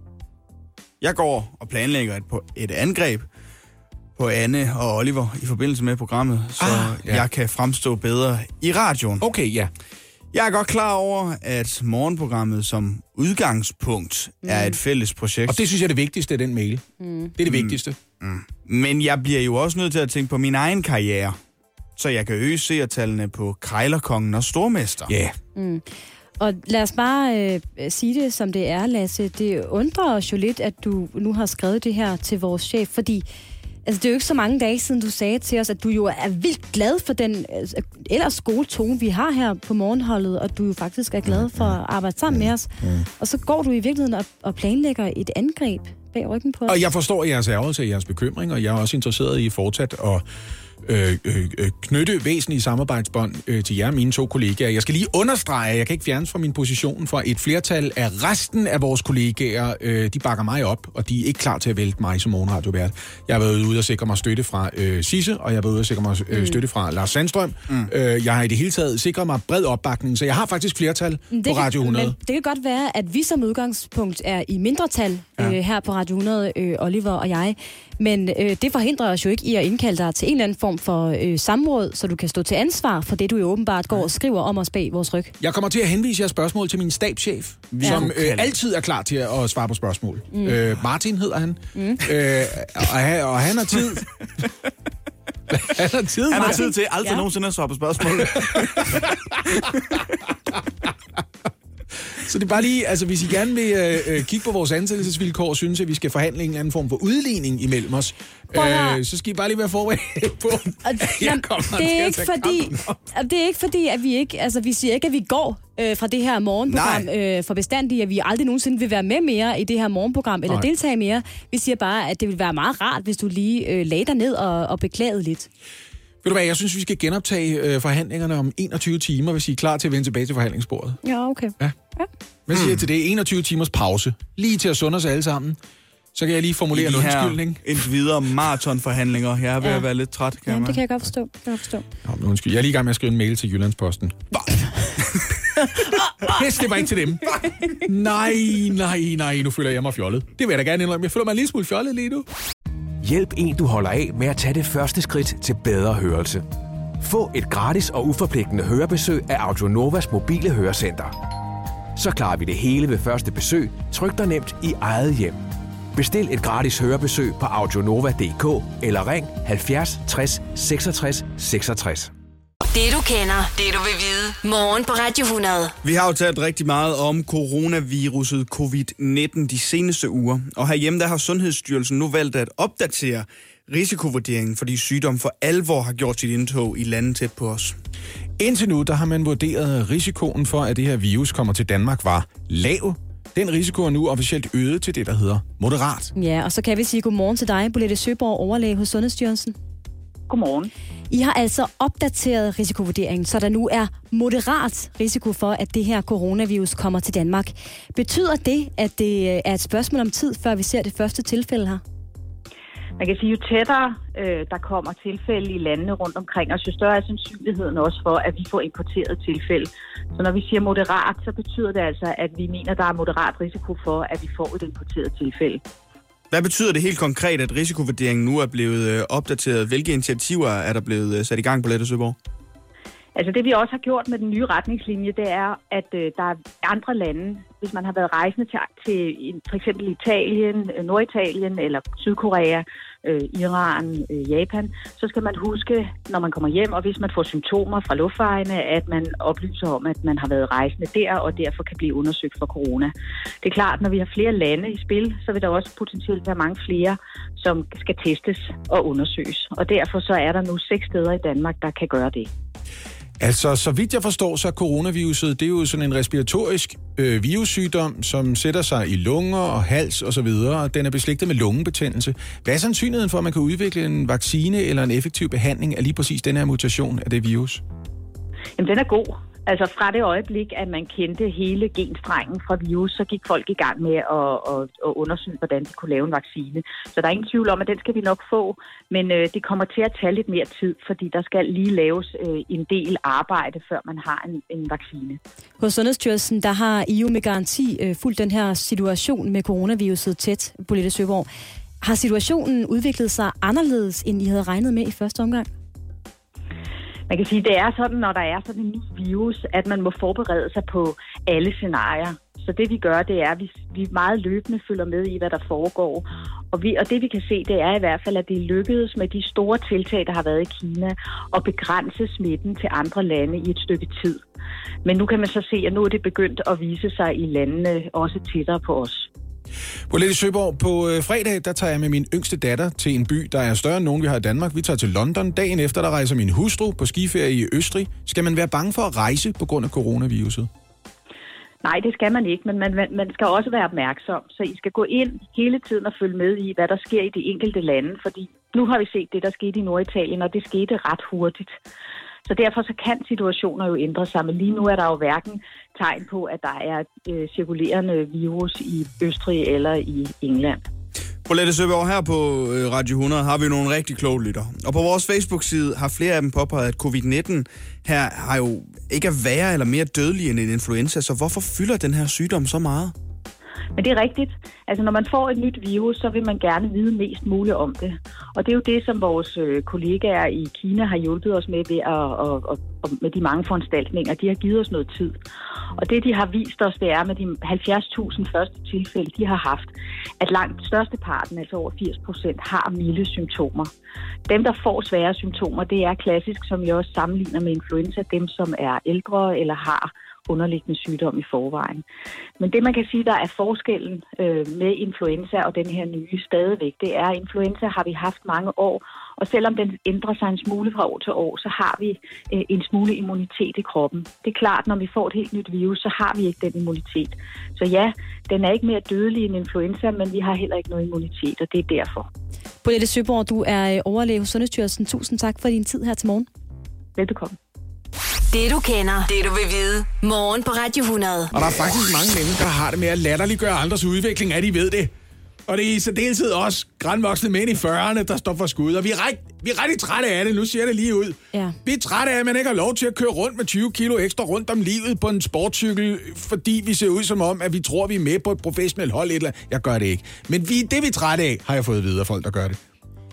[SPEAKER 2] Jeg går og planlægger et, på et angreb på Anne og Oliver i forbindelse med programmet, så
[SPEAKER 3] Ah,
[SPEAKER 2] ah,
[SPEAKER 3] ja.
[SPEAKER 2] ja. jeg kan fremstå bedre i radioen.
[SPEAKER 3] Okay, ja.
[SPEAKER 2] Jeg er godt klar over, at morgenprogrammet som udgangspunkt mm. er et fælles projekt.
[SPEAKER 3] Og det synes jeg er det vigtigste af den mail. Mm. Det er det vigtigste.
[SPEAKER 2] Mm. Men jeg bliver jo også nødt til at tænke på min egen karriere, så jeg kan øge seertallene på Krejlerkongen og Stormester.
[SPEAKER 3] Ja.
[SPEAKER 4] Mm. Og lad os bare øh, sige det, som det er, Lasse. Det undrer os jo lidt, at du nu har skrevet det her til vores chef, fordi altså, det er jo ikke så mange dage siden, du sagde til os, at du jo er vildt glad for den altså, ellers gode tone, vi har her på morgenholdet, og du jo faktisk er glad for at arbejde sammen med os. Mm. Og så går du i virkeligheden og, og planlægger et angreb bag ryggen på os.
[SPEAKER 3] Og jeg forstår jeres ærgelse og jeres bekymring, og jeg er også interesseret i fortsat at øh, øh, knytte væsentlige samarbejdsbånd øh, til jer, mine to kollegaer. Jeg skal lige understrege, at jeg kan ikke fjernes fra min position, for et flertal af resten af vores kollegaer, øh, de bakker mig op, og de er ikke klar til at vælte mig som morgenradiovært. Jeg har været ude og sikre mig støtte fra øh, Sisse, og jeg har været ude og sikre mig øh, støtte fra Lars Sandstrøm. Mm. Øh, jeg har i det hele taget sikret mig bred opbakning, så jeg har faktisk flertal
[SPEAKER 4] det
[SPEAKER 3] på
[SPEAKER 4] kan,
[SPEAKER 3] Radio hundrede.
[SPEAKER 4] Men det kan godt være, at vi som udgangspunkt er i mindretal ja. øh, her på Radio hundrede, øh, Oliver og jeg. Men øh, det forhindrer os jo ikke i at indkalde dig til en eller anden form for øh, samråd, så du kan stå til ansvar for det, du jo åbenbart går og skriver om os bag vores ryg.
[SPEAKER 3] Jeg kommer til at henvise jeres spørgsmål til min stabschef, ja. som øh, altid er klar til at svare på spørgsmål. Mm. Øh, Martin hedder han. Mm. Øh, og, han og han har tid... han har tid,
[SPEAKER 2] Han har
[SPEAKER 3] Martin.
[SPEAKER 2] tid til aldrig ja. nogensinde at svare på spørgsmål.
[SPEAKER 3] Så det er bare lige, altså hvis I gerne vil øh, kigge på vores ansættelsesvilkår og synes, at vi skal forhandle en eller anden form for udligning imellem os, øh, så skal I bare lige være forberedt på, at jeg kommer
[SPEAKER 4] det er
[SPEAKER 3] til
[SPEAKER 4] ikke
[SPEAKER 3] at tage
[SPEAKER 4] fordi, det er ikke fordi, at vi ikke, altså vi siger ikke, at vi går øh, fra det her morgenprogram øh, for bestandigt, at vi aldrig nogensinde vil være med mere i det her morgenprogram, eller
[SPEAKER 3] Nej.
[SPEAKER 4] deltage mere. Vi siger bare, at det vil være meget rart, hvis du lige øh, lagde dig ned og, og beklagede lidt.
[SPEAKER 3] Ved du hvad, jeg synes, vi skal genoptage øh, forhandlingerne om enogtyve timer, hvis I er klar til at vende tilbage til forhandlingsbordet.
[SPEAKER 4] Ja, okay.
[SPEAKER 3] Ja.
[SPEAKER 4] Ja.
[SPEAKER 3] Hvad siger jeg til det? enogtyve timers pause. Lige til at sunde os alle sammen. Så kan jeg lige formulere en undskyldning.
[SPEAKER 2] Indtil videre maratonforhandlinger. Jeg er ved
[SPEAKER 4] Ja.
[SPEAKER 2] at være lidt træt, kan
[SPEAKER 4] Jamen,
[SPEAKER 2] man.
[SPEAKER 4] det kan jeg godt forstå. Det kan jeg forstå.
[SPEAKER 3] Nå, men undskyld. Jeg er lige i gang med at skrive en mail til Jyllandsposten. Pis, det var ikke til dem. Nej, nej, nej, nu føler jeg mig fjollet. Det vil jeg da gerne indrømme. Jeg føler mig en lille smule fjollet lige nu.
[SPEAKER 7] Hjælp en, du holder af med at tage det første skridt til bedre hørelse. Få et gratis og uforpligtende hørebesøg af Audionovas mobile hørecenter. Så klarer vi det hele ved første besøg, trygt og nemt i eget hjem. Bestil et gratis hørebesøg på audionova punktum d k eller ring halvfjerds tres seksogtres seksogtres.
[SPEAKER 1] Det du kender, det du vil vide. Morgen på Radio hundrede.
[SPEAKER 2] Vi har jo talt rigtig meget om coronaviruset covid nitten de seneste uger. Og herhjemme der har Sundhedsstyrelsen nu valgt at opdatere risikovurderingen, fordi sygdom for alvor har gjort sit indtog i landet tæt på os.
[SPEAKER 3] Indtil nu der har man vurderet, at risikoen for, at det her virus kommer til Danmark, var lav. Den risiko er nu officielt øget til det, der hedder moderat.
[SPEAKER 4] Ja, og så kan vi sige godmorgen til dig, Bolette Søborg, overlæge hos Sundhedsstyrelsen.
[SPEAKER 8] Godmorgen.
[SPEAKER 4] I har altså opdateret risikovurderingen, så der nu er moderat risiko for, at det her coronavirus kommer til Danmark. Betyder det, at det er et spørgsmål om tid, før vi ser det første tilfælde her?
[SPEAKER 8] Man kan sige, jo tættere øh, der kommer tilfælde i landene rundt omkring os, jo større er sandsynligheden også for, at vi får importeret tilfælde. Så når vi siger moderat, så betyder det altså, at vi mener, der er moderat risiko for, at vi får et importeret tilfælde.
[SPEAKER 2] Hvad betyder det helt konkret, at risikovurderingen nu er blevet opdateret? Hvilke initiativer er der blevet sat i gang på Bolette Søborg?
[SPEAKER 8] Altså det vi også har gjort med den nye retningslinje, det er, at øh, der er andre lande, hvis man har været rejsende til, til for eksempel Italien, Norditalien eller Sydkorea, øh, Iran, øh, Japan, så skal man huske, når man kommer hjem, og hvis man får symptomer fra luftvejene, at man oplyser om, at man har været rejsende der, og derfor kan blive undersøgt for corona. Det er klart, når vi har flere lande i spil, så vil der også potentielt være mange flere, som skal testes og undersøges. Og derfor så er der nu seks steder i Danmark, der kan gøre det.
[SPEAKER 3] Altså, så vidt jeg forstår, så er coronaviruset, det er jo sådan en respiratorisk øh, virussygdom, som sætter sig i lunger og hals og så videre, og den er beslægtet med lungebetændelse. Hvad er sandsynligheden for, at man kan udvikle en vaccine eller en effektiv behandling af lige præcis den her mutation af det virus?
[SPEAKER 8] Jamen, den er god. Altså fra det øjeblik, at man kendte hele genstrengen fra virus, så gik folk i gang med at, at, at undersøge, hvordan de kunne lave en vaccine. Så der er ingen tvivl om, at den skal vi nok få, men øh, det kommer til at tage lidt mere tid, fordi der skal lige laves øh, en del arbejde, før man har en, en vaccine. Hos
[SPEAKER 4] Sundhedsstyrelsen, der har I jo med garanti øh, fulgt den her situation med coronaviruset tæt, Bolette Søborg. Har situationen udviklet sig anderledes, end I havde regnet med i første omgang?
[SPEAKER 8] Man kan sige, at det er sådan, når der er sådan en ny virus, at man må forberede sig på alle scenarier. Så det vi gør, det er, at vi, vi meget løbende følger med i, hvad der foregår. Og, vi, og det vi kan se, det er i hvert fald, at det lykkedes med de store tiltag, der har været i Kina, at begrænse smitten til andre lande i et stykke tid. Men nu kan man så se, at nu er det begyndt at vise sig i landene også tættere på os.
[SPEAKER 3] Bolette Søborg, på øh, fredag, der tager jeg med min yngste datter til en by, der er større end nogen, vi har i Danmark. Vi tager til London. Dagen efter, der rejser min hustru på skiferie i Østrig. Skal man være bange for at rejse på grund af coronaviruset?
[SPEAKER 8] Nej, det skal man ikke, men man, man skal også være opmærksom. Så I skal gå ind hele tiden og følge med i, hvad der sker i de enkelte lande. Fordi nu har vi set det, der skete i Norditalien, og det skete ret hurtigt. Så derfor så kan situationer jo ændre sig, men lige nu er der jo hverken tegn på, at der er øh, cirkulerende virus i Østrig eller i England.
[SPEAKER 2] Bolette Søborg, her på Radio hundrede har vi nogle rigtig kloge lytter. Og på vores Facebook-side har flere af dem påpeget, at covid nitten her har jo ikke er værre eller mere dødelig end en influenza, så hvorfor fylder den her sygdom så meget?
[SPEAKER 8] Men det er rigtigt. Altså, når man får et nyt virus, så vil man gerne vide mest muligt om det. Og det er jo det, som vores øh, kollegaer i Kina har hjulpet os med ved at, og, og, og med de mange foranstaltninger. De har givet os noget tid. Og det, de har vist os, det er med de halvfjerds tusind første tilfælde, de har haft, at langt størsteparten, altså over firs procent, har milde symptomer. Dem, der får svære symptomer, det er klassisk, som jeg også sammenligner med influenza, dem, som er ældre eller har underliggende sygdom i forvejen. Men det, man kan sige, der er forskellen øh, med influenza og den her nye stadigvæk, det er, at influenza har vi haft mange år, og selvom den ændrer sig en smule fra år til år, så har vi øh, en smule immunitet i kroppen. Det er klart, når vi får et helt nyt virus, så har vi ikke den immunitet. Så ja, den er ikke mere dødelig end influenza, men vi har heller ikke noget immunitet, og det er derfor.
[SPEAKER 4] Bolette Søborg, du er overlæge hos Sundhedsstyrelsen. Tusind tak for din tid her til morgen.
[SPEAKER 8] Velbekomme.
[SPEAKER 1] Det du kender, det du vil vide. Morgen på Radio hundrede.
[SPEAKER 3] Og der er faktisk mange mennesker, der har det med at latterliggøre andres udvikling, at de ved det. Og det er i særdeleshed også grandvoksne mænd i fyrrerne, der står for skud. Og vi er, ret, vi er rigtig trætte af det, nu siger det lige ud.
[SPEAKER 4] Ja.
[SPEAKER 3] Vi er trætte af, at man ikke har lov til at køre rundt med tyve kilo ekstra rundt om livet på en sportscykel, fordi vi ser ud som om, at vi tror, vi er med på et professionelt hold. Eller jeg gør det ikke. Men vi, det vi er trætte af, har jeg fået videre folk, der gør det.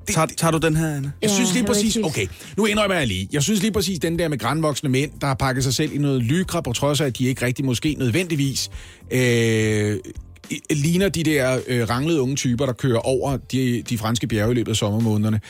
[SPEAKER 3] det,
[SPEAKER 2] tager, tager du den her, Anna?
[SPEAKER 3] Jeg
[SPEAKER 4] Ja,
[SPEAKER 3] synes lige
[SPEAKER 4] det var
[SPEAKER 3] præcis,
[SPEAKER 4] ikke
[SPEAKER 3] okay, nu indrømmer jeg lige. Jeg synes lige præcis, den der med grandvoksne mænd, der har pakket sig selv i noget lycra, på trods af, at de ikke rigtig måske nødvendigvis øh, ligner de der øh, ranglede unge typer, der kører over de, de franske bjerge i løbet af sommermånederne.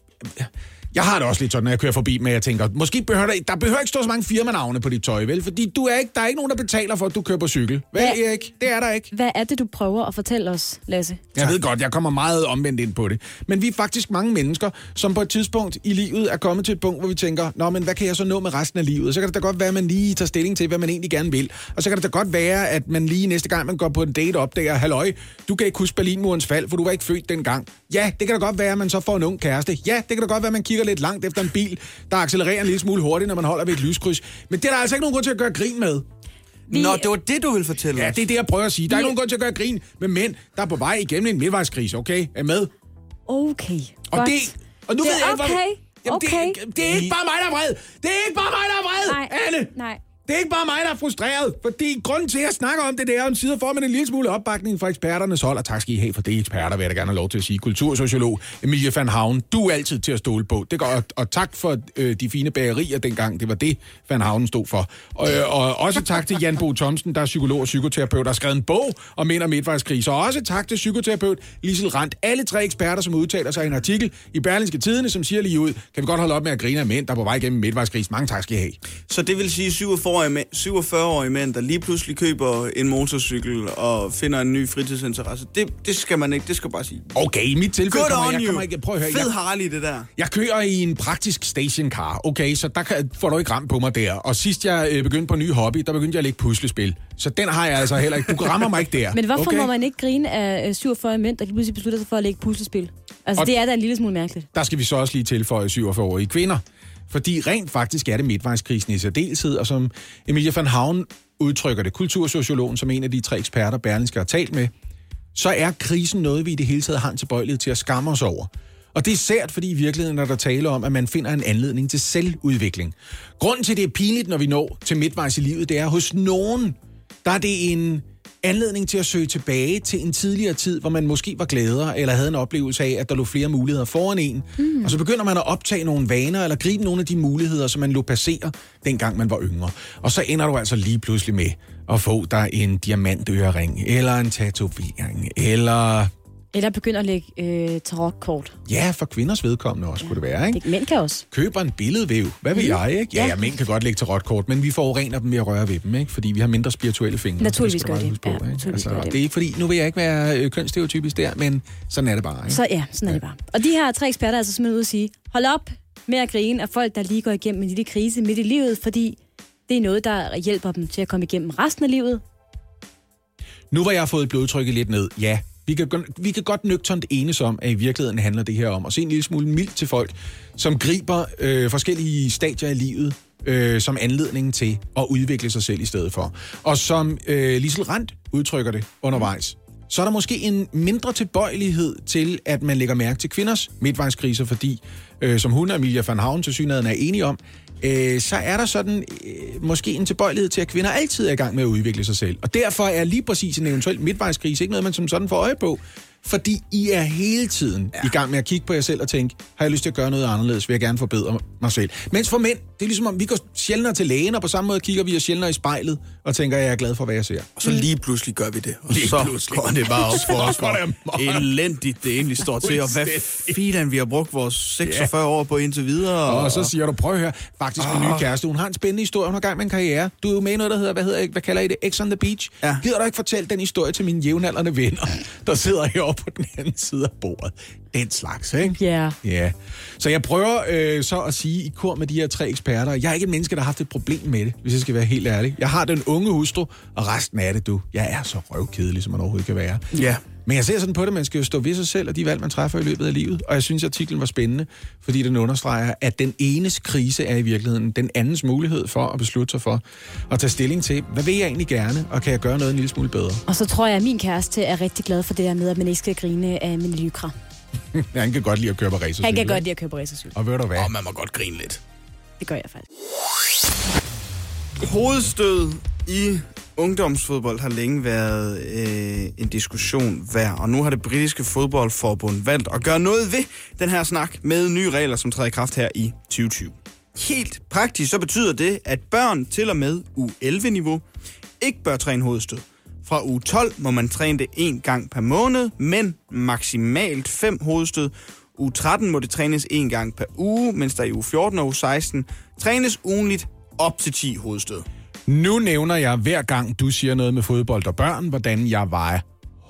[SPEAKER 3] Jeg har det også lidt sådan, når jeg kører forbi, men jeg tænker, måske behøver der, der behøver ikke stå så mange firmanavne på dit tøj, vel? Fordi du er ikke, der er ikke nogen, der betaler for, at du kører på cykel. Vel,
[SPEAKER 4] Hvad?
[SPEAKER 3] Erik? Det er der ikke.
[SPEAKER 4] Hvad er det, du prøver at fortælle os, Lasse?
[SPEAKER 3] Jeg ved godt, jeg kommer meget omvendt ind på det. Men vi er faktisk mange mennesker, som på et tidspunkt i livet er kommet til et punkt, hvor vi tænker, nå, men hvad kan jeg så nå med resten af livet? Så kan det da godt være, at man lige tager stilling til, hvad man egentlig gerne vil. Og så kan det da godt være, at man lige næste gang, man går på en date, opdager, halløj, du kan ikke huske Berlinmurens fald, for du var ikke født dengang. Ja, det kan da godt være, at man så får en ung kæreste. Ja, det kan da godt være, at man kigger lidt langt efter en bil, der accelererer en lille smule hurtigt, når man holder ved et lyskryds. Men det er der altså ikke nogen grund til at gøre grin med.
[SPEAKER 4] Vi...
[SPEAKER 2] Nå, det var det, du ville fortælle
[SPEAKER 3] Ja,
[SPEAKER 2] os.
[SPEAKER 3] det er det, jeg prøver at sige. Der er ikke nogen grund til at gøre grin med mænd, der er på vej igennem en midtvejskrise, okay? Er med?
[SPEAKER 4] Okay,
[SPEAKER 3] Og
[SPEAKER 4] godt.
[SPEAKER 3] det... Og nu
[SPEAKER 4] Det
[SPEAKER 3] ved
[SPEAKER 4] er
[SPEAKER 3] jeg ikke,
[SPEAKER 4] okay.
[SPEAKER 3] Jamen,
[SPEAKER 4] Okay.
[SPEAKER 3] Det, det er ikke bare mig, der er vred. Det er ikke bare mig, der er vred,
[SPEAKER 4] Nej,
[SPEAKER 3] Anne.
[SPEAKER 4] nej.
[SPEAKER 3] Det er ikke bare mig, der er frustreret, fordi grunden til, at jeg snakker om det, det er, om sider får man en lille smule opbakning fra eksperternes hold, og tak skal I have for det, eksperter, vil jeg da gerne have lov til at sige. Kultursociolog Emilie van Havn, du er altid til at stole på. Det går, og, og tak for øh, de fine bagerier dengang, det var det, Van Havn stod for. Og, øh, og også tak til Jan Bo Thomsen, der er psykolog og psykoterapeut, der har skrevet en bog om mænd og midtvejskrise. Og også tak til psykoterapeut Lisel Randt. Alle tre eksperter, som udtaler sig i en artikel i Berlingske Tidende, som siger lige ud, kan vi godt holde op med at grine af mænd, der er på vej igennem midtvejskrise. Mange tak skal I have.
[SPEAKER 2] Så det vil sige syvogfyrre-årige mænd, syvogfyrre-årige mænd, der lige pludselig køber en motorcykel og finder en ny fritidsinteresse. Det, det skal man ikke, det skal bare sige.
[SPEAKER 3] Okay, i mit tilfælde
[SPEAKER 2] Good
[SPEAKER 3] kommer
[SPEAKER 2] on
[SPEAKER 3] jeg,
[SPEAKER 2] you.
[SPEAKER 3] kommer ikke... Prøv at høre,
[SPEAKER 2] Fed
[SPEAKER 3] jeg,
[SPEAKER 2] Harley, det der.
[SPEAKER 3] jeg kører i en praktisk stationcar, okay, så der kan, får du ikke ramt på mig der. Og sidst jeg øh, begyndte på en ny hobby, der begyndte jeg at lægge puslespil. Så den har jeg altså heller ikke. Du rammer mig ikke der.
[SPEAKER 4] Men hvorfor
[SPEAKER 3] okay?
[SPEAKER 4] må man ikke grine af syvogfyrre mænd, der lige pludselig beslutter sig for at lægge puslespil? Altså,
[SPEAKER 3] Og-
[SPEAKER 4] det er da en lille smule mærkeligt.
[SPEAKER 3] Der skal vi så også lige tilføje syvogfyrre-årige kvinder. Fordi rent faktisk er det midtvejskrisen i særdeleshed, og som Emilie van Havn udtrykker det, kultursociologen, som en af de tre eksperter, Berlingske har talt med, så er krisen noget, vi i det hele taget har en tilbøjelighed til at skamme os over. Og det er sært, fordi i virkeligheden, når der taler om, at man finder en anledning til selvudvikling. Grunden til, det er pinligt, når vi når til midtvejs i livet, det er hos nogen, der er det en anledning til at søge tilbage til en tidligere tid, hvor man måske var gladere, eller havde en oplevelse af, at der lå flere muligheder foran en. Mm. Og så begynder man at optage nogle vaner, eller gribe nogle af de muligheder, som man lå passere, dengang man var yngre. Og så ender du altså lige pludselig med at få dig en diamantørering, eller en tatovering, eller...
[SPEAKER 4] Eller begynder at lægge øh, tarotkort.
[SPEAKER 3] Ja, for kvinders vedkommende også, ja. Kunne det være, ikke?
[SPEAKER 4] Det, mænd kan også.
[SPEAKER 3] Køber en billedvæv. Hvad vil jeg, ikke? Ja, ja, mænd kan godt lægge tarotkort, men vi forurener dem ved at røre ved dem, ikke? Fordi vi har mindre spirituelle fingre.
[SPEAKER 4] Naturligvis
[SPEAKER 3] skal du
[SPEAKER 4] gør
[SPEAKER 3] bare
[SPEAKER 4] det.
[SPEAKER 3] huske På,
[SPEAKER 4] Ja,
[SPEAKER 3] ikke?
[SPEAKER 4] naturligvis
[SPEAKER 3] Altså,
[SPEAKER 4] gør det.
[SPEAKER 3] det er ikke fordi, nu vil jeg ikke være øh, kønsstereotypisk der, men sådan er det bare, ikke?
[SPEAKER 4] Så ja, sådan er det bare. Og de her tre eksperter er altså simpelthen ude at sige, hold op med at grine af folk, der lige går igennem en lille krise midt i livet, fordi det er noget, der hjælper dem til at komme igennem resten af livet.
[SPEAKER 3] Nu hvor jeg har fået blodtrykket lidt ned, ja, vi kan, vi kan godt nøgternt enes om, at i virkeligheden handler det her om at se en lille smule mildt til folk, som griber øh, forskellige stadier i livet øh, som anledning til at udvikle sig selv i stedet for. Og som øh, Lisel Randt udtrykker det undervejs, så er der måske en mindre tilbøjelighed til, at man lægger mærke til kvinders midtvejskriser, fordi, øh, som hun og Emilie van Havn til synligheden er enige om, øh, så er der sådan øh, måske en tilbøjelighed til, at kvinder altid er i gang med at udvikle sig selv. Og derfor er lige præcis en eventuel midtvejskrise ikke noget, man som sådan får øje på. Fordi I er hele tiden ja. i gang med at kigge på jer selv og tænke, har jeg lyst til at gøre noget anderledes, vil jeg gerne forbedre mig selv. Mens for mænd, det er ligesom om, vi går sjældnere til lægen, og på samme måde kigger vi os sjældnere i spejlet, og tænker, jeg er glad for, hvad jeg ser.
[SPEAKER 2] Og så lige pludselig gør vi det. Og
[SPEAKER 3] Lige
[SPEAKER 2] så
[SPEAKER 3] pludselig.
[SPEAKER 2] går det bare op for os,
[SPEAKER 3] Så går det
[SPEAKER 2] hvor
[SPEAKER 3] amok.
[SPEAKER 2] elendigt det egentlig står til, og hvad filan vi har brugt vores seksogfyrre år på indtil videre.
[SPEAKER 3] Og, og så siger du, prøv at høre, faktisk min nye kæreste, hun har en spændende historie, hun har gang med en karriere. Du er jo med i noget, der hedder, hvad hedder hvad kalder I det? X on the Beach.
[SPEAKER 2] Ja.
[SPEAKER 3] Gider du ikke fortælle den historie til mine jævnaldrende venner, der sidder heroppe på den anden side af bordet? Den slags, ikke?
[SPEAKER 4] Ja. Yeah.
[SPEAKER 3] Ja. Så jeg prøver øh, så at sige i kor med de her tre eksperter, jeg er ikke et menneske, der har haft et problem med det, hvis jeg skal være helt ærlig. Jeg har den unge hustru, og resten af det, du. Jeg er så røvkedelig, som man overhovedet kan være.
[SPEAKER 2] Ja.
[SPEAKER 3] Men jeg ser sådan på det, man skal jo stå ved sig selv og de valg, man træffer i løbet af livet. Og jeg synes, at artiklen var spændende, fordi den understreger, at den enes krise er i virkeligheden den andens mulighed for at beslutte sig for at tage stilling til, hvad vil jeg egentlig gerne, og kan jeg gøre noget en lille smule bedre?
[SPEAKER 4] Og så tror jeg, at min kæreste er rigtig glad for det der med, at man ikke skal grine af min lykra.
[SPEAKER 3] Han kan godt lide at køre på racercykel.
[SPEAKER 4] Han kan godt lide at køre på racercykel.
[SPEAKER 3] Og ved du hvad?
[SPEAKER 2] Og man må godt grine lidt.
[SPEAKER 4] Det gør jeg faktisk.
[SPEAKER 2] Hovedstød i Ungdomsfodbold har længe været øh, en diskussion værd, og nu har det britiske fodboldforbund valgt at gøre noget ved den her snak med nye regler, som træder i kraft her i tyve tyve. Helt praktisk så betyder det, at børn til og med U elleve-niveau ikke bør træne hovedstød. Fra uge tolv må man træne det en gang per måned, men maksimalt fem hovedstød. Uge tretten må det trænes en gang per uge, mens der i uge fjorten og uge seksten trænes ugenligt op til ti hovedstød.
[SPEAKER 3] Nu nævner jeg hver gang, du siger noget med fodbold og børn, hvordan jeg var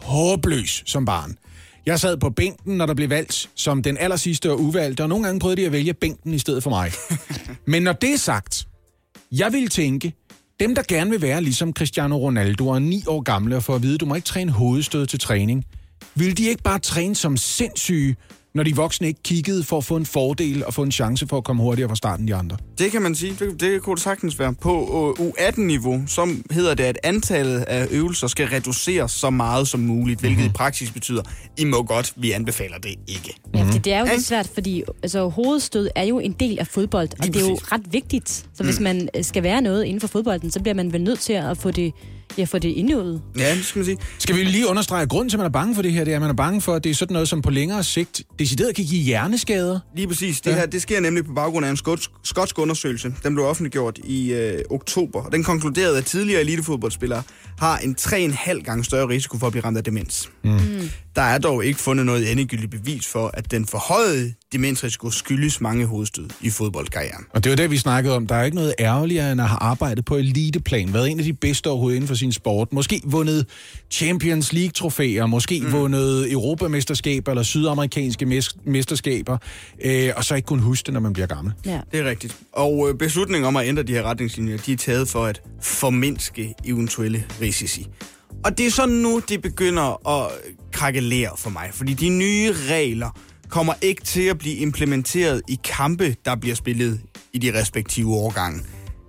[SPEAKER 3] håbløs som barn. Jeg sad på bænken, når der blev valgt som den allersidste og uvalgte, og nogle gange prøvede de at vælge bænken i stedet for mig. Men når det er sagt, jeg vil tænke, dem der gerne vil være ligesom Cristiano Ronaldo og er ni år gamle og få at vide, du må ikke træne hovedstød til træning, vil de ikke bare træne som sindssyge, når de voksne ikke kiggede for at få en fordel og få en chance for at komme hurtigere fra starten de andre?
[SPEAKER 2] Det kan man sige. Det, det kunne det sagtens være. På U atten-niveau, så hedder det, at antallet af øvelser skal reduceres så meget som muligt, hvilket mm-hmm. i praksis betyder, I må godt, vi anbefaler det ikke.
[SPEAKER 4] Ja, det, det er jo lidt svært, fordi altså, hovedstød er jo en del af fodbold, og
[SPEAKER 2] Lige
[SPEAKER 4] det er jo
[SPEAKER 2] præcis.
[SPEAKER 4] ret vigtigt. Så
[SPEAKER 2] Mm.
[SPEAKER 4] hvis man skal være noget inden for fodbolden, så bliver man vel nødt til at få det, ja, få det indøvet.
[SPEAKER 2] Ja, det skal man sige.
[SPEAKER 3] Skal vi lige understrege, at grunden til, at man er bange for det her, det er, at man er bange for, at det er sådan noget, som på længere sigt decideret kan give hjerneskader.
[SPEAKER 2] Lige præcis. Det
[SPEAKER 3] Ja.
[SPEAKER 2] her, det sker nemlig på baggrund af en skotsk, skotsk undersøgelse. Den blev offentliggjort i øh, oktober. Den konkluderede, at tidligere elitefodboldspillere har en tre komma fem gange større risiko for at blive ramt af demens. Mm. Der er dog ikke fundet noget endegyldigt bevis for, at den forhøjede demensrisiko skyldes mange hovedstød i fodboldkarrieren.
[SPEAKER 3] Og det var det, vi snakkede om. Der er ikke noget ærgerligere, end at have arbejdet på eliteplan, været en af de bedste overhovedet inden for sin sport, måske vundet Champions League-trofæer, måske mm. vundet europamesterskaber eller sydamerikanske mes- mesterskaber, øh, og så ikke kunne huske det, når man bliver gammel.
[SPEAKER 4] Ja.
[SPEAKER 2] Det er rigtigt. Og øh, beslutningen om at ændre de her retningslinjer, de er taget for at formindske eventuelle risici. Og det er sådan nu, det begynder at krakelere for mig, fordi de nye regler kommer ikke til at blive implementeret i kampe, der bliver spillet i de respektive årgange.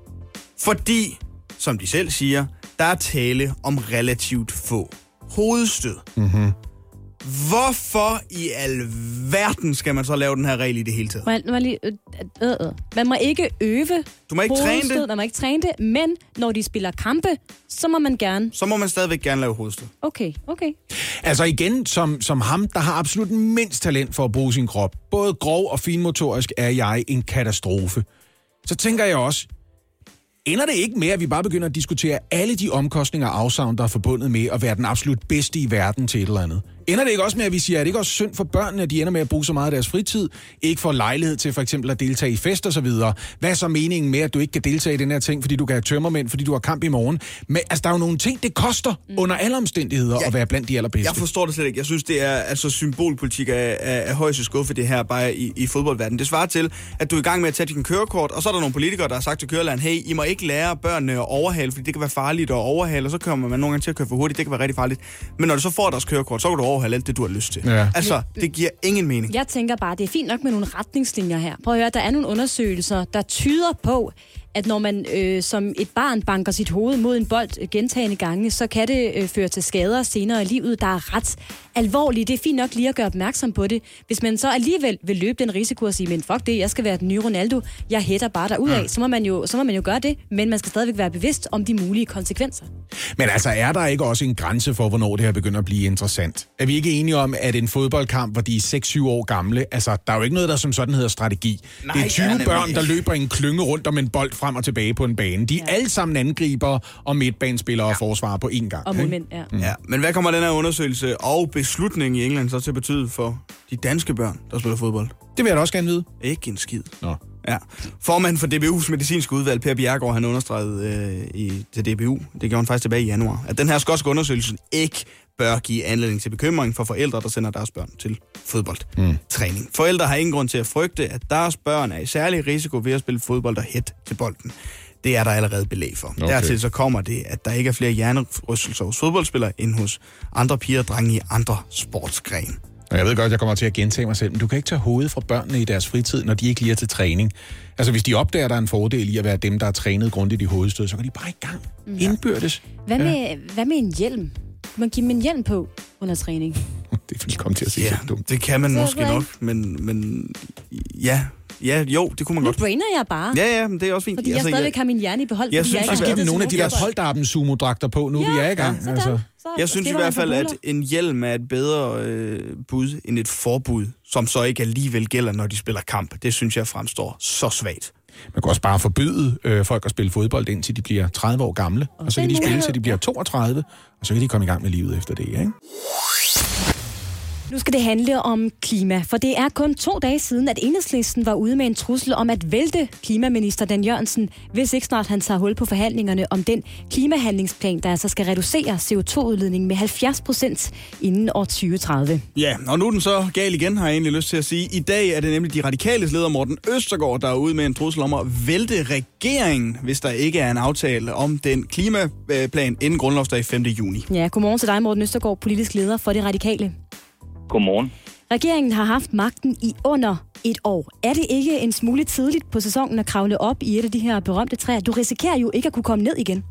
[SPEAKER 2] Fordi, som de selv siger, der er tale om relativt få hovedstød.
[SPEAKER 3] Mm-hmm.
[SPEAKER 2] Hvorfor i alverden skal man så lave den her regel i det hele taget?
[SPEAKER 4] Må jeg, må jeg lige, øh, øh, øh. Man må ikke øve
[SPEAKER 2] Du må ikke træne
[SPEAKER 4] hovedstød,
[SPEAKER 2] det,
[SPEAKER 4] man må ikke træne det, men når de spiller kampe, så må man gerne.
[SPEAKER 2] så må man stadigvæk gerne lave hovedstød.
[SPEAKER 4] Okay, okay.
[SPEAKER 3] Altså igen, som, som ham, der har absolut mindst talent for at bruge sin krop, både grov og finmotorisk, er jeg en katastrofe. Så tænker jeg også, ender det ikke med, at vi bare begynder at diskutere alle de omkostninger og afsavn, der er forbundet med at være den absolut bedste i verden til et eller andet? Ender det ikke også med, at vi siger, at det ikke også synd for børnene, at de ender med at bruge så meget af deres fritid, ikke får lejlighed til for eksempel at deltage i fest og så videre? Hvad er så meningen med, at du ikke kan deltage i den her ting, fordi du kan have tømmermænd, fordi du har kamp i morgen? Men altså, der er jo nogle ting, det koster mm. under alle omstændigheder
[SPEAKER 2] Ja,
[SPEAKER 3] at være blandt de allerbedste.
[SPEAKER 2] Jeg forstår det slet ikke. Jeg synes, det er altså symbolpolitik af, af, af højeste skuffe, det her bare i, i fodboldverdenen. Det svarer til, at du er i gang med at tage din kørekort, og så er der nogle politikere, der har sagt til kørelæren, hey, I må ikke lære børnene at overhale, fordi det kan være farligt at overhale, og så kommer man nogle gange til at køre for hurtigt, det kan være rigtig farligt. Men når du så får deres kørekort, så kan du overhale alt det, du har lyst til.
[SPEAKER 3] Ja.
[SPEAKER 2] Altså, det giver ingen mening.
[SPEAKER 4] Jeg tænker bare, det er fint nok med nogle retningslinjer her. Prøv at høre, der er nogle undersøgelser, der tyder på, at når man øh, som et barn banker sit hoved mod en bold gentagne gange, så kan det øh, føre til skader senere i livet, der er ret alvorlige. Det er fint nok lige at gøre opmærksom på det. Hvis man så alligevel vil løbe den risiko og sige, men fuck det, jeg skal være den nye Ronaldo, jeg hætter bare derudad, mm. så, må man jo, så må man jo gøre det, men man skal stadigvæk være bevidst om de mulige konsekvenser.
[SPEAKER 3] Men altså, er der ikke også en grænse for, hvornår det her begynder at blive interessant? Er vi ikke enige om, at en fodboldkamp, hvor de er seks syv år gamle, altså, der er jo ikke noget, der som sådan hedder strategi.
[SPEAKER 2] Nej,
[SPEAKER 3] det er tyve
[SPEAKER 2] ja,
[SPEAKER 3] børn, der løber en klynge rundt om en bold frem og tilbage på en bane. De er ja. alle sammen angriber og midtbanespillere ja. og forsvarer på én gang.
[SPEAKER 4] Og målmænd, ja.
[SPEAKER 2] Mm. Ja, men hvad kommer den her undersøgelse og beslutning i England så til at betyde for de danske børn, der spiller fodbold?
[SPEAKER 3] Det vil jeg da også gerne vide.
[SPEAKER 2] Ikke en skid.
[SPEAKER 3] Nå.
[SPEAKER 2] Ja. Formanden for D B U's medicinske udvalg, Per Bjerregaard, han understregede øh, i, til D B U, det gjorde han faktisk tilbage i januar, at den her skotske undersøgelse ikke bør give anledning til bekymring for forældre, der sender deres børn til fodboldtræning. Mm. Forældre har ingen grund til at frygte, at deres børn er i særlig risiko ved at spille fodbold og hæt til bolden. Det er der allerede belæg for. Okay. Dertil så kommer det, at der ikke er flere hjernerystelser hos fodboldspillere end hos andre piger og drenge i andre sportsgrene.
[SPEAKER 3] Jeg ved godt, jeg kommer til at gentage mig selv, men du kan ikke tage hovedet fra børnene i deres fritid, når de ikke lige er til træning. Altså, hvis de opdager, at der er en fordel i at være dem, der er trænet grundigt i hovedstød, så kan de bare i gang. Mm. Indbyrdes.
[SPEAKER 4] Hvad med,
[SPEAKER 3] ja.
[SPEAKER 4] hvad med en hjelm? Kan man give dem en hjelm på under træning?
[SPEAKER 3] Det vil komme til at sige
[SPEAKER 2] ja,
[SPEAKER 3] dumt.
[SPEAKER 2] det kan man
[SPEAKER 4] så
[SPEAKER 2] måske nok, men, men ja, Ja, jo, det kunne man
[SPEAKER 4] nu
[SPEAKER 2] godt.
[SPEAKER 4] Nu brainer jeg bare.
[SPEAKER 2] Ja, ja, men det er også fint.
[SPEAKER 4] Fordi jeg
[SPEAKER 2] altså,
[SPEAKER 4] stadigvæk
[SPEAKER 2] jeg,
[SPEAKER 4] har min hjerne i behold.
[SPEAKER 2] jeg
[SPEAKER 4] fordi
[SPEAKER 2] synes,
[SPEAKER 4] jeg ikke
[SPEAKER 3] Der
[SPEAKER 4] har
[SPEAKER 3] skal
[SPEAKER 4] skidtet
[SPEAKER 3] nogle af
[SPEAKER 4] til
[SPEAKER 3] de der
[SPEAKER 4] fodbold.
[SPEAKER 3] polterappen sumodragter på, nu
[SPEAKER 4] ja,
[SPEAKER 3] vi er i gang.
[SPEAKER 4] Ja,
[SPEAKER 3] Altså.
[SPEAKER 4] Så,
[SPEAKER 2] jeg synes i
[SPEAKER 4] skipper
[SPEAKER 2] hvert
[SPEAKER 4] man
[SPEAKER 2] fald,
[SPEAKER 4] på
[SPEAKER 2] at
[SPEAKER 4] buller.
[SPEAKER 2] en hjelm er et bedre øh, bud end et forbud, som så ikke alligevel gælder, når de spiller kamp. Det synes jeg fremstår så svagt.
[SPEAKER 3] Man kan også bare forbyde øh, folk at spille fodbold, indtil de bliver tredive år gamle, og, og så kan de spille, til de bliver toogtredive, og så kan de komme i gang med livet efter det, ikke?
[SPEAKER 4] Nu skal det handle om klima, for det er kun to dage siden, at Enhedslisten var ude med en trussel om at vælte klimaminister Dan Jørgensen, hvis ikke snart han tager hul på forhandlingerne om den klimahandlingsplan, der altså skal reducere C O to udledningen med halvfjerds procent inden år tyve tredive.
[SPEAKER 2] Ja, og nu er den så gal igen, har jeg egentlig lyst til at sige. I dag er det nemlig de radikales leder Morten Østergaard, der er ude med en trussel om at vælte regeringen, hvis der ikke er en aftale om den klimaplan inden grundlovsdag femte juni.
[SPEAKER 4] Ja, godmorgen til dig, Morten Østergaard, politisk leder for de radikale.
[SPEAKER 6] Godmorgen.
[SPEAKER 4] Regeringen har haft magten i under et år. Er det ikke en smule tidligt på sæsonen at kravle op i et af de her berømte træer? Du risikerer jo ikke at kunne komme ned igen.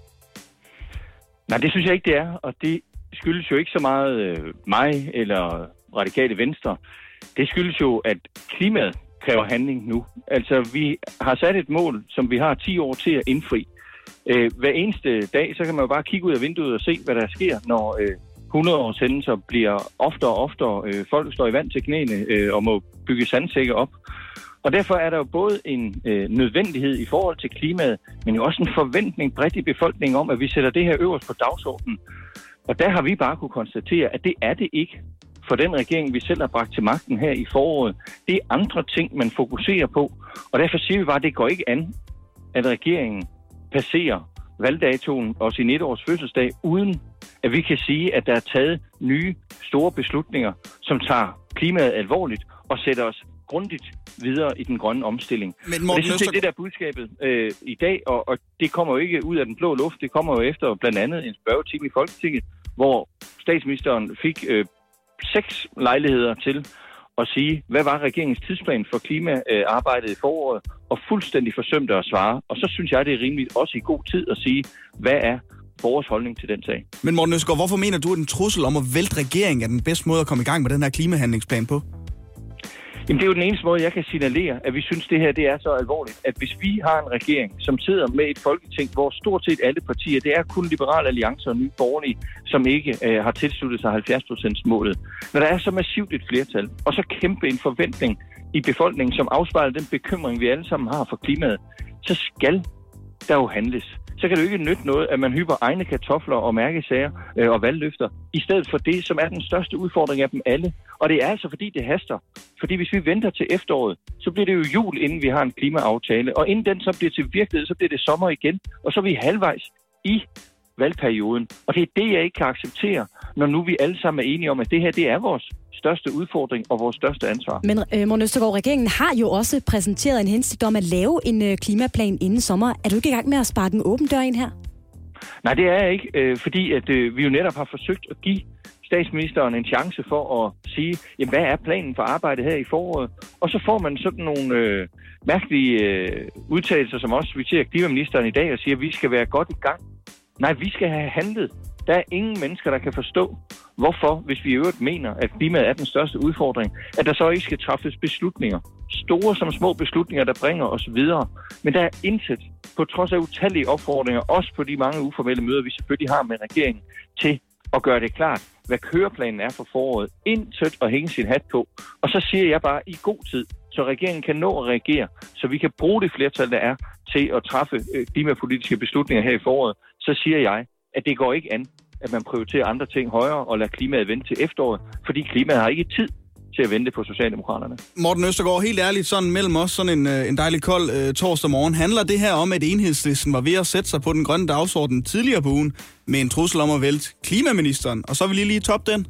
[SPEAKER 6] Nej, det synes jeg ikke, det er. Og det skyldes jo ikke så meget øh, mig eller Radikale Venstre. Det skyldes jo, at klimaet kræver handling nu. Altså, vi har sat et mål, som vi har ti år til at indfri. Øh, hver eneste dag, så kan man jo bare kigge ud af vinduet og se, hvad der sker, når Øh, hundrede-årshændelser bliver oftere og oftere. Øh, folk står i vand til knæene øh, og må bygge sandsække op. Og derfor er der jo både en øh, nødvendighed i forhold til klimaet, men jo også en forventning bredt i befolkningen om, at vi sætter det her øverst på dagsordenen. Og der har vi bare kunne konstatere, at det er det ikke for den regering, vi selv har bragt til magten her i foråret. Det er andre ting, man fokuserer på. Og derfor siger vi bare, at det går ikke an, at regeringen passerer valgdatoen og sin et-års fødselsdag, uden at vi kan sige, at der er taget nye, store beslutninger, som tager klimaet alvorligt og sætter os grundigt videre i den grønne omstilling.
[SPEAKER 2] Men
[SPEAKER 6] og det synes jeg, det der budskabet øh, i dag, og, og det kommer jo ikke ud af den blå luft, det kommer jo efter blandt andet en spørgetime i Folketinget, hvor statsministeren fik øh, seks lejligheder til at sige, hvad var regeringens tidsplan for klimaarbejdet i foråret, og fuldstændig forsømte at svare. Og så synes jeg, det er rimeligt også i god tid at sige, hvad er vores holdning til den sag.
[SPEAKER 2] Men Morten Østergaard, hvorfor mener du, at en trussel om at vælte regeringen er den bedste måde at komme i gang med den her klimahandlingsplan på?
[SPEAKER 6] Jamen, det er jo den eneste måde, jeg kan signalere, at vi synes, det her det er så alvorligt, at hvis vi har en regering, som sidder med et folketing, hvor stort set alle partier, det er kun Liberal Alliance og Nye Borgerlige, som ikke øh, har tilsluttet sig halvfjerds procent målet. Når der er så massivt et flertal, og så kæmpe en forventning i befolkningen, som afspejler den bekymring, vi alle sammen har for klimaet, så skal der jo handles. Så kan det jo ikke nytte noget, at man hyper egne kartofler og mærkesager øh, og valgløfter, i stedet for det, som er den største udfordring af dem alle. Og det er altså, fordi det haster. Fordi hvis vi venter til efteråret, så bliver det jo jul, inden vi har en klimaaftale. Og inden den så bliver til virkelighed, så bliver det sommer igen. Og så er vi halvvejs i valgperioden. Og det er det, jeg ikke kan acceptere, når nu vi alle sammen er enige om, at det her, det er vores største udfordring og vores største ansvar.
[SPEAKER 4] Men øh, Morten Østergaard, regeringen har jo også præsenteret en hensigt om at lave en øh, klimaplan inden sommer. Er du ikke i gang med at sparke en åben dør ind her?
[SPEAKER 6] Nej, det er jeg ikke, øh, fordi at, øh, vi jo netop har forsøgt at give statsministeren en chance for at sige, jamen, hvad er planen for arbejdet her i foråret? Og så får man sådan nogle øh, mærkelige øh, udtalelser, som også citerer klimaministeren i dag og siger, at vi skal være godt i gang. Nej, vi skal have handlet. Der er ingen mennesker, der kan forstå, hvorfor, hvis vi i øvrigt mener, at klimaet er den største udfordring, at der så ikke skal træffes beslutninger. Store som små beslutninger, der bringer os videre. Men der er intet, på trods af utallige opfordringer, også på de mange uformelle møder, vi selvfølgelig har med regeringen, til at gøre det klart, hvad køreplanen er for foråret. Intet at hænge sin hat på. Og så siger jeg bare i god tid, så regeringen kan nå at reagere, så vi kan bruge det flertal, der er, til at træffe klimapolitiske beslutninger her i foråret. Så siger jeg, at det går ikke an, at man prioriterer andre ting højere og lader klimaet vente til efteråret, fordi klimaet har ikke tid til at vente på Socialdemokraterne.
[SPEAKER 2] Morten Østergaard, helt ærligt, sådan mellem os, sådan en, en dejlig kold øh, torsdag morgen, handler det her om, at Enhedslisten var ved at sætte sig på den grønne dagsorden tidligere på ugen med en trussel om at vælte klimaministeren, og så vil I lige toppe den?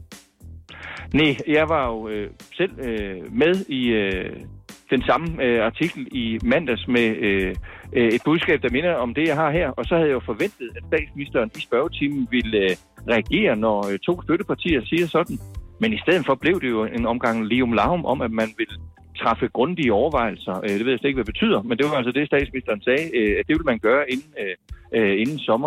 [SPEAKER 6] Nej, jeg var jo øh, selv øh, med i øh, den samme øh, artikel i mandags med øh, et budskab, der minder om det, jeg har her, og så havde jeg jo forventet, at statsministeren i spørgetimen ville øh, reagere, når øh, to støttepartier siger sådan. Men i stedet for blev det jo en omgang lium larum om, at man ville træffe grundige overvejelser. Det ved jeg slet ikke, hvad det betyder, men det var altså det, statsministeren sagde, at det ville man gøre inden, øh, inden sommer.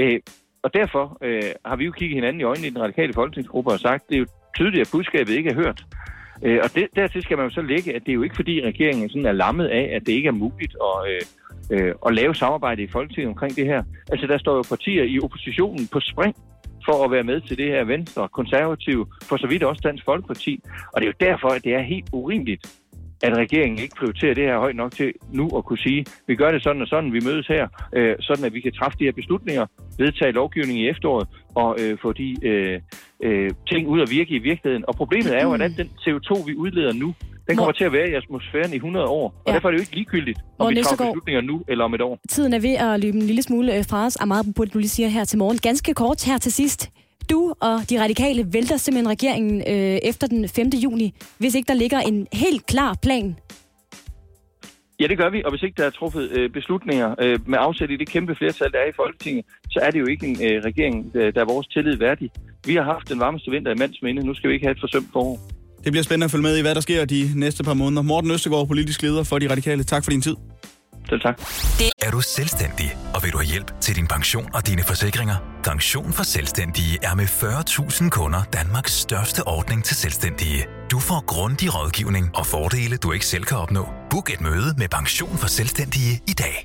[SPEAKER 6] Og derfor øh, har vi jo kigget hinanden i øjnene i den radikale folketingsgruppe og sagt, det er jo tydeligt, at budskabet ikke er hørt.
[SPEAKER 9] Øh, og det, dertil skal man jo så lægge, at det er jo ikke fordi regeringen sådan er lammet af, at det ikke er muligt at, øh, øh, at lave samarbejde i Folketinget omkring det her. Altså der står jo partier i oppositionen på spring for at være med til det her, Venstre, Konservative, for så vidt også Dansk Folkeparti. Og det er jo derfor, at det er helt urimeligt, at regeringen ikke prioriterer det her højt nok til nu at kunne sige, vi gør det sådan og sådan, vi mødes her, øh, sådan at vi kan træffe de her beslutninger, vedtage lovgivning i efteråret og øh, få de øh, øh, ting ud at virke i virkeligheden. Og problemet er jo, at al den C O to, vi udleder nu, den kommer til at være i atmosfæren i hundrede år. Og ja. Derfor er det jo ikke ligegyldigt, om Morten vi træffer beslutninger nu eller om et år.
[SPEAKER 4] Tiden er ved at løbe en lille smule fra os, og meget på det, du lige siger her til morgen. Ganske kort her til sidst. Du og de radikale vælter simpelthen regeringen øh, efter den femte juni, hvis ikke der ligger en helt klar plan.
[SPEAKER 9] Ja, det gør vi, og hvis ikke der er truffet øh, beslutninger øh, med afsæt i det kæmpe flertal, der er i Folketinget, så er det jo ikke en øh, regering, der er vores tillid værdig. Vi har haft den varmeste vinter i mands minde, nu skal vi ikke have et forsømt forår.
[SPEAKER 2] Det bliver spændende at følge med i, hvad der sker de næste par måneder. Morten Østergaard, politisk leder for de radikale. Tak for din tid.
[SPEAKER 9] Selv tak.
[SPEAKER 10] Er du selvstændig, og vil du have hjælp til din pension og dine forsikringer? Pension for Selvstændige er med fyrre tusind kunder Danmarks største ordning til selvstændige. Du får grundig rådgivning og fordele, du ikke selv kan opnå. Book et møde med Pension for Selvstændige i dag.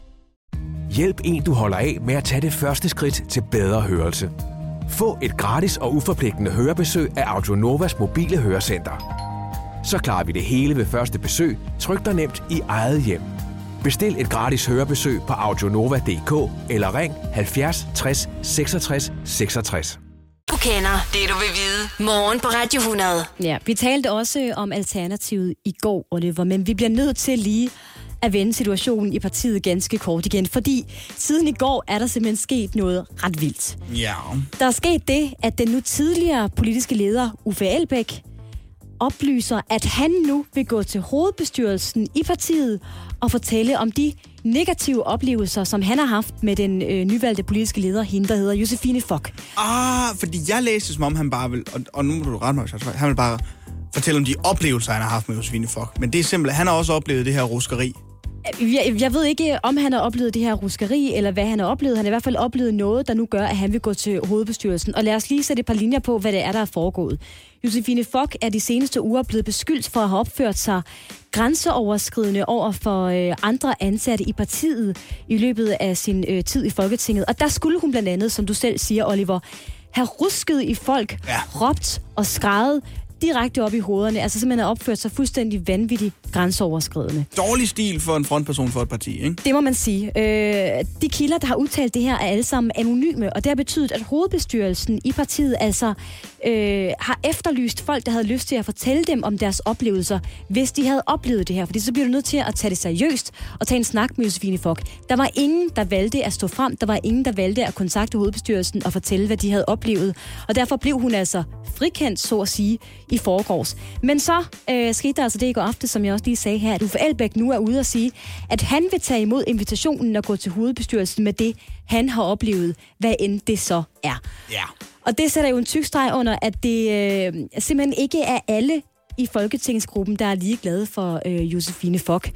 [SPEAKER 7] Hjælp en, du holder af med at tage det første skridt til bedre hørelse. Få et gratis og uforpligtende hørebesøg af Audionovas mobile hørecenter. Så klarer vi det hele ved første besøg, tryk dig nemt i eget hjem. Bestil et gratis hørebesøg på audionova punktum d k eller ring halvfjerds tres seksogtres seksogtres.
[SPEAKER 1] Du kender det, du vil vide. Morgen på Radio hundrede.
[SPEAKER 4] Ja, vi talte også om Alternativet i går, Oliver, men vi bliver nødt til lige at vende situationen i partiet ganske kort igen, fordi siden i går er der simpelthen sket noget ret vildt.
[SPEAKER 2] Ja.
[SPEAKER 4] Der er sket det, at den nu tidligere politiske leder, Uffe Elbæk, oplyser, at han nu vil gå til hovedbestyrelsen i partiet og fortælle om de negative oplevelser, som han har haft med den øh, nyvalgte politiske leder, hende, der hedder Josefine Fock.
[SPEAKER 2] Ah, fordi jeg læste, som om han bare vil, og, og nu må du rette mig, han vil bare fortælle om de oplevelser, han har haft med Josefine Fock. Men det er simpelthen, han har også oplevet det her ruskeri.
[SPEAKER 4] Jeg, jeg ved ikke, om han har oplevet det her ruskeri, eller hvad han har oplevet. Han har i hvert fald oplevet noget, der nu gør, at han vil gå til hovedbestyrelsen. Og lad os lige sætte et par linjer på, hvad det er, der er foregået. Josefine Fock er de seneste uger blevet beskyldt for at have opført sig grænseoverskridende over for øh, andre ansatte i partiet i løbet af sin øh, tid i Folketinget. Og der skulle hun blandt andet, som du selv siger, Oliver, have rusket i folk, ja. råbt og skreget direkte op i hovederne. Altså simpelthen har opført sig fuldstændig vanvittigt grænseoverskridende.
[SPEAKER 2] Dårlig stil for en frontperson for et parti, ikke?
[SPEAKER 4] Det må man sige. Øh, de kilder, der har udtalt det her, er alle sammen anonyme, og det har betydet, at hovedbestyrelsen i partiet altså øh, har efterlyst folk, der havde lyst til at fortælle dem om deres oplevelser, hvis de havde oplevet det her. Fordi så bliver du nødt til at tage det seriøst og tage en snak med Josefine Fock. Der var ingen, der valgte at stå frem. Der var ingen, der valgte at kontakte hovedbestyrelsen og fortælle, hvad de havde oplevet. Og derfor blev hun altså frikendt, så at sige, i forgårs. Men så øh, skete der altså det i går aftes, som jeg også lige sagde her, at Uffe Elbæk nu er ude at sige, at han vil tage imod invitationen og gå til hovedbestyrelsen med det, han har oplevet, hvad end det så er.
[SPEAKER 2] Ja.
[SPEAKER 4] Og det sætter jo en tyk streg under, at det øh, simpelthen ikke er alle i Folketingsgruppen, der er lige glade for øh, Josefine Fock.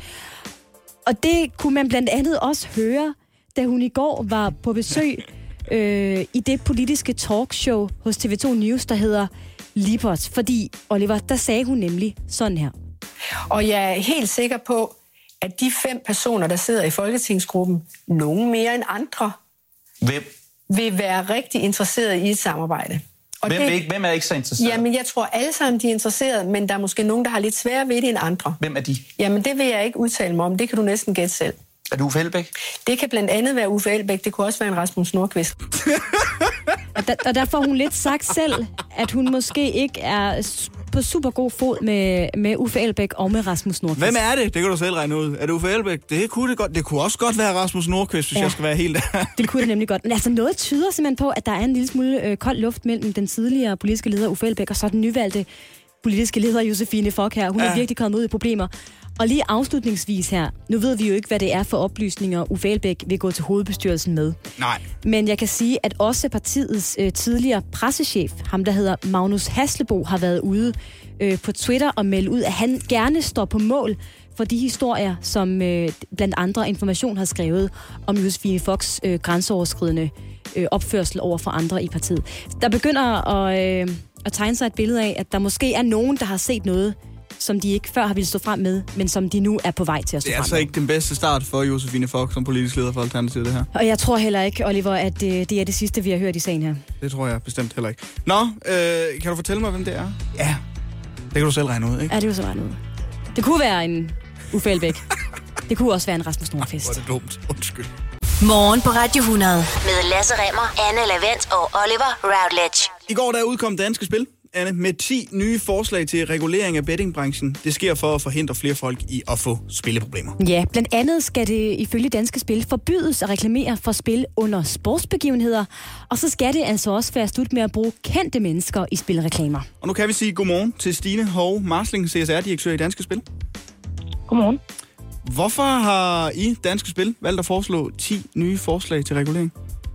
[SPEAKER 4] Og det kunne man blandt andet også høre, da hun i går var på besøg øh, i det politiske talkshow hos T V to News, der hedder Libot. Fordi, Oliver, der sagde hun nemlig sådan her.
[SPEAKER 11] Og jeg er helt sikker på, at de fem personer, der sidder i Folketingsgruppen, nogen mere end andre,
[SPEAKER 12] Hvem?
[SPEAKER 11] vil være rigtig interesserede i et samarbejde. Og
[SPEAKER 12] Hvem,
[SPEAKER 11] det,
[SPEAKER 12] ikke, hvem er ikke så interesseret?
[SPEAKER 11] Jamen, jeg tror alle sammen, de er interesserede, men der er måske nogen, der har lidt sværere ved det end andre.
[SPEAKER 12] Hvem er de?
[SPEAKER 11] Jamen, det vil jeg ikke udtale mig om. Det kan du næsten gætte selv.
[SPEAKER 12] Er det Uffe Elbæk?
[SPEAKER 11] Det kan blandt andet være Uffe Elbæk. Det kunne også være en Rasmus Nordqvist.
[SPEAKER 4] og, der, og der får hun lidt sagt selv, at hun måske ikke er på super god fod med, med Uffe Elbæk og med Rasmus Nordqvist.
[SPEAKER 2] Hvem er det? Det kan du selv regne ud. Er det Uffe Elbæk? Det kunne, det godt. Det kunne også godt være Rasmus Nordqvist, hvis ja. jeg skal være helt der.
[SPEAKER 4] Det kunne det nemlig godt. Men altså noget tyder simpelthen på, at der er en lille smule øh, kold luft mellem den tidligere politiske leder Uffe Elbæk og så den nyvalgte politiske leder Josefine Fock her. Hun ja. er virkelig kommet ud i problemer. Og lige afslutningsvis her, nu ved vi jo ikke, hvad det er for oplysninger, Uffe Elbæk vil gå til hovedbestyrelsen med.
[SPEAKER 2] Nej.
[SPEAKER 4] Men jeg kan sige, at også partiets øh, tidligere pressechef, ham der hedder Magnus Haslebo, har været ude øh, på Twitter og melde ud, at han gerne står på mål for de historier, som øh, blandt andre Information har skrevet om Josefine Focks øh, grænseoverskridende øh, opførsel over for andre i partiet. Der begynder at, øh, at tegne sig et billede af, at der måske er nogen, der har set noget som de ikke før har ville stå frem med, men som de nu er på vej til at stå
[SPEAKER 2] Det er
[SPEAKER 4] frem
[SPEAKER 2] altså
[SPEAKER 4] med.
[SPEAKER 2] ikke den bedste start for Josephine Fock som politisk leder for Alternativet, det her.
[SPEAKER 4] Og jeg tror heller ikke, Oliver, at det, det er det sidste, vi har hørt i sagen her.
[SPEAKER 2] Det tror jeg bestemt heller ikke. Nå, øh, kan du fortælle mig, hvem det er? Ja, det kan du selv regne ud, ikke?
[SPEAKER 4] Ja, det er jo så regne ud. Det kunne være en Uffe Elbæk. Det kunne også være en Rasmus Nordqvist.
[SPEAKER 2] Hvor er det dumt. Undskyld.
[SPEAKER 1] Morgen på Radio hundrede med Lasse Remmer, Anne Lavent og Oliver Routledge.
[SPEAKER 2] I går der udkom Danske Spil, Anne, med ti nye forslag til regulering af bettingbranchen. Det sker for at forhindre flere folk i at få spilleproblemer.
[SPEAKER 4] Ja, blandt andet skal det ifølge Danske Spil forbydes at reklamere for spil under sportsbegivenheder, og så skal det altså også være slut med at bruge kendte mennesker i spilreklamer.
[SPEAKER 2] Og nu kan vi sige godmorgen til Stine Hove Marsling, C S R-direktør i Danske Spil.
[SPEAKER 8] Godmorgen.
[SPEAKER 2] Hvorfor har I, Danske Spil, valgt at foreslå ti nye forslag til regulering?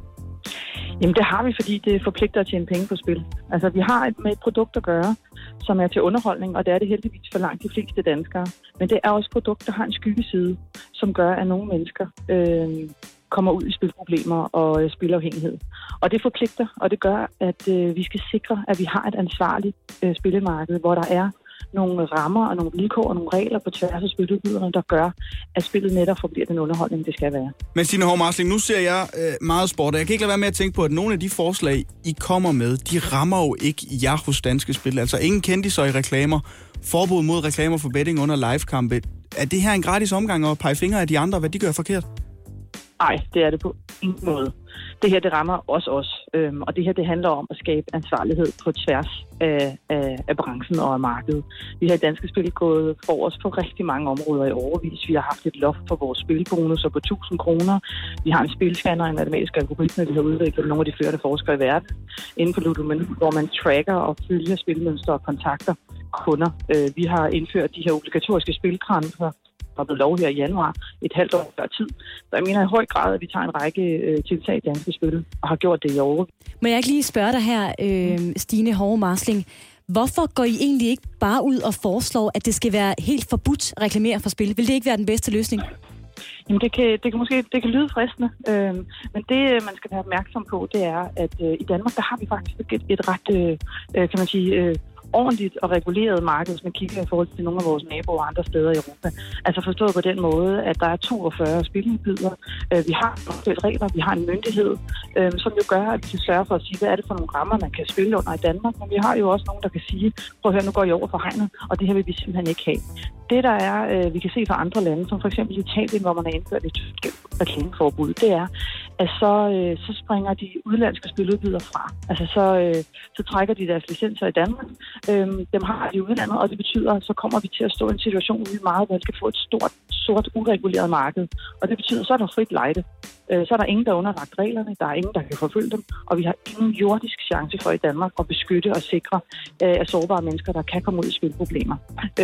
[SPEAKER 8] Jamen det har vi, fordi det forpligter at tjene penge på spil. Altså vi har et, med et produkt at gøre, som er til underholdning, og det er det heldigvis for langt de fleste danskere. Men det er også et produkt, der har en skyggeside, som gør, at nogle mennesker øh, kommer ud i spilproblemer og øh, spilafhængighed. Og det forpligter, og det gør, at øh, vi skal sikre, at vi har et ansvarligt øh, spillemarked, hvor der er nogle rammer og nogle vilkår og nogle regler på tværs af spiludbyderne, der gør, at spillet netop forbliver den underholdning, det skal være.
[SPEAKER 2] Men Stine Hove Marsling, nu ser jeg øh, meget sport, og jeg kan ikke lade være med at tænke på, at nogle af de forslag, I kommer med, de rammer jo ikke jer hos Danske Spil. Altså ingen kendiser i reklamer, forbud mod reklamer for betting under livekampe. Er det her en gratis omgang at pege fingre af de andre, hvad de gør forkert?
[SPEAKER 8] Nej, det er det på ingen måde. Det her, det rammer også os, øhm, og det her, det handler om at skabe ansvarlighed på tværs af, af, af branchen og af markedet. Vi har i Danske Spil gået for os på rigtig mange områder i overvis. Vi har haft et loft for vores spilbonusser på tusind kroner. Vi har en spilscanner, en matematisk algoritme, vi har udviklet nogle af de førte forskere i verden inden for Ludomen, hvor man tracker og følger spilmønstre og kontakter kunder. Øh, vi har indført de her obligatoriske spilgrænser, der er blevet lov her i januar, et halvt år før tid. Så jeg mener i høj grad, at vi tager en række øh, tiltag i Danske Spil, og har gjort det i år.
[SPEAKER 4] Må jeg ikke lige spørge dig her, øh, Stine Hove Marsling, hvorfor går I egentlig ikke bare ud og foreslår, at det skal være helt forbudt at reklamere for spil? Vil det ikke være den bedste løsning?
[SPEAKER 8] Jamen det kan, det kan måske det kan lyde fristende, øh, men det man skal være opmærksom på, det er, at øh, i Danmark, der har vi faktisk et, et ret, øh, kan man sige, øh, ordentligt og reguleret marked, hvis man kigger i forhold til nogle af vores naboer og andre steder i Europa. Altså forstået på den måde, at der er toogfyrre spiludbydere. Vi har nogle regler, vi har en myndighed, som jo gør, at vi kan sørge for at sige, hvad er det for nogle rammer, man kan spille under i Danmark. Men vi har jo også nogen, der kan sige, prøv at høre, nu går I over for hegnet, og det her vil vi simpelthen ikke have. Det, der er, vi kan se fra andre lande, som for eksempel Italien, hvor man har indført et reklameforbud, det er, at så, så springer de udlandske spiludbydere fra. Altså så, så trækker de deres licenser i Danmark. Dem har de i udlandet, og det betyder, at så kommer vi til at stå i en situation, hvor vi meget vel skal få et stort, sort, ureguleret marked. Og det betyder, så er der frit lejde. Så er der ingen, der er underlagt reglerne, der er ingen, der kan forfølge dem, og vi har ingen jordisk chance for i Danmark at beskytte og sikre af sårbare mennesker, der kan komme ud i spilproblemer,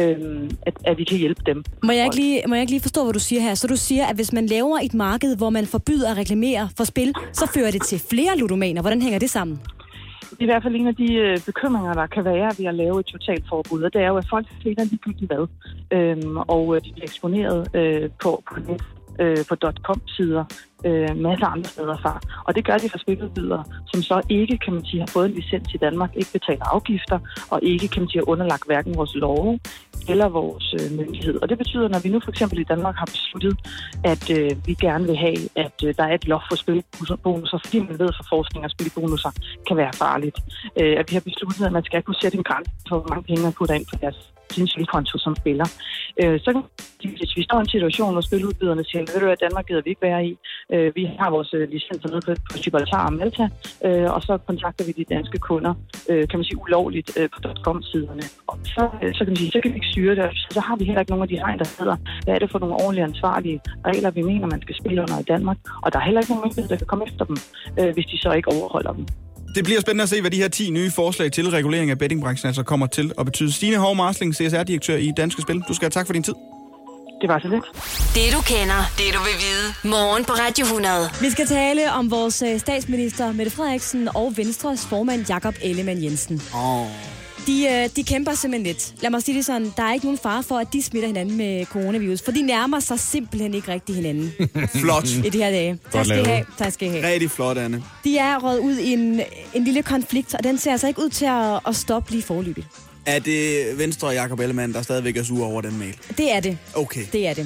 [SPEAKER 8] at, at vi kan hjælpe dem.
[SPEAKER 4] Må jeg, ikke lige, må jeg ikke lige forstå, hvad du siger her? Så du siger, at hvis man laver et marked, hvor man forbyder at reklamere for spil, så fører det til flere ludomaner. Hvordan hænger det sammen?
[SPEAKER 8] Det er i hvert fald en af de øh, bekymringer, der kan være ved at lave et totalt forbud, og det er jo, at folk finder ligegyldigt hvad, øhm, og øh, de bliver eksponeret øh, på, på net, øh, på .com-sider, øh, masser af andre steder fra. Og det gør de for spiludbydere, som så ikke, kan man sige, har fået en licens i Danmark, ikke betaler afgifter, og ikke, kan man sige, har underlagt hverken vores love eller vores øh, myndighed. Og det betyder, når vi nu for eksempel i Danmark har besluttet, at øh, vi gerne vil have, at øh, der er et loft for spilbonusser, fordi man ved, for forskning og spilbonusser kan være farligt. Øh, at vi har besluttet, at man skal kunne sætte en grænse for, hvor mange penge man putter ind på deres sin spilkonto som spiller. Øh, så hvis vi står i en situation, hvor spiludbyderne siger, ved du hvad, Danmark gider vi ikke være i. Øh, vi har vores øh, licenser nede på, på Gibraltar og Malta, øh, og så kontakter vi de danske kunder, øh, kan man sige, ulovligt øh, på .com-siderne. Og så, øh, så, kan man sige, så kan vi ikke styre det, så, så har vi heller ikke nogen af de hegn, der hedder, hvad er det for nogle ordentlige ansvarlige regler, vi mener, man skal spille under i Danmark. Og der er heller ikke nogen myndighed, der kan komme efter dem, øh, hvis de så ikke overholder dem.
[SPEAKER 2] Det bliver spændende at se, hvad de her ti nye forslag til regulering af bettingbranchen altså kommer til at betyde. Stine Hove Marsling, C S R-direktør i Danske Spil. Du skal have tak for din tid.
[SPEAKER 8] Det var så lidt.
[SPEAKER 1] Det du kender, det du vil vide. Morgen på Radio hundrede.
[SPEAKER 4] Vi skal tale om vores statsminister Mette Frederiksen og Venstres formand Jakob Ellemann-Jensen.
[SPEAKER 2] Åh... Oh.
[SPEAKER 4] De, de kæmper simpelthen lidt. Lad mig sige det sådan, der er ikke nogen fare for, at de smitter hinanden med coronavirus, for de nærmer sig simpelthen ikke rigtig hinanden.
[SPEAKER 2] Flot.
[SPEAKER 4] I de her dage. Tak skal I have. Tak skal I have.
[SPEAKER 2] Rigtig flot, Anne.
[SPEAKER 4] De er røget ud i en, en lille konflikt, og den ser altså ikke ud til at, at stoppe lige forløbigt.
[SPEAKER 2] Er det Venstre og Jakob Ellemann, der stadigvæk er sure over den mail?
[SPEAKER 4] Det er det.
[SPEAKER 2] Okay.
[SPEAKER 4] Det er det.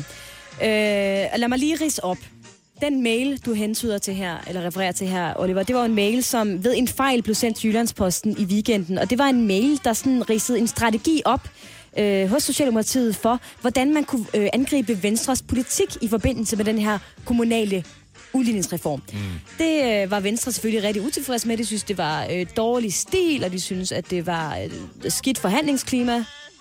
[SPEAKER 4] Øh, lad mig lige ridse op. Den mail, du hentyder til her, eller refererer til her, Oliver, det var en mail, som ved en fejl blev sendt til Jyllandsposten i weekenden. Og det var en mail, der sådan ridsede en strategi op øh, hos Socialdemokratiet for, hvordan man kunne øh, angribe Venstres politik i forbindelse med den her kommunale udligningsreform. Mm. Det øh, var Venstre selvfølgelig rigtig utilfreds med. De synes, det var øh, dårlig stil, og de synes, at det var øh, skidt forhandlingsklima.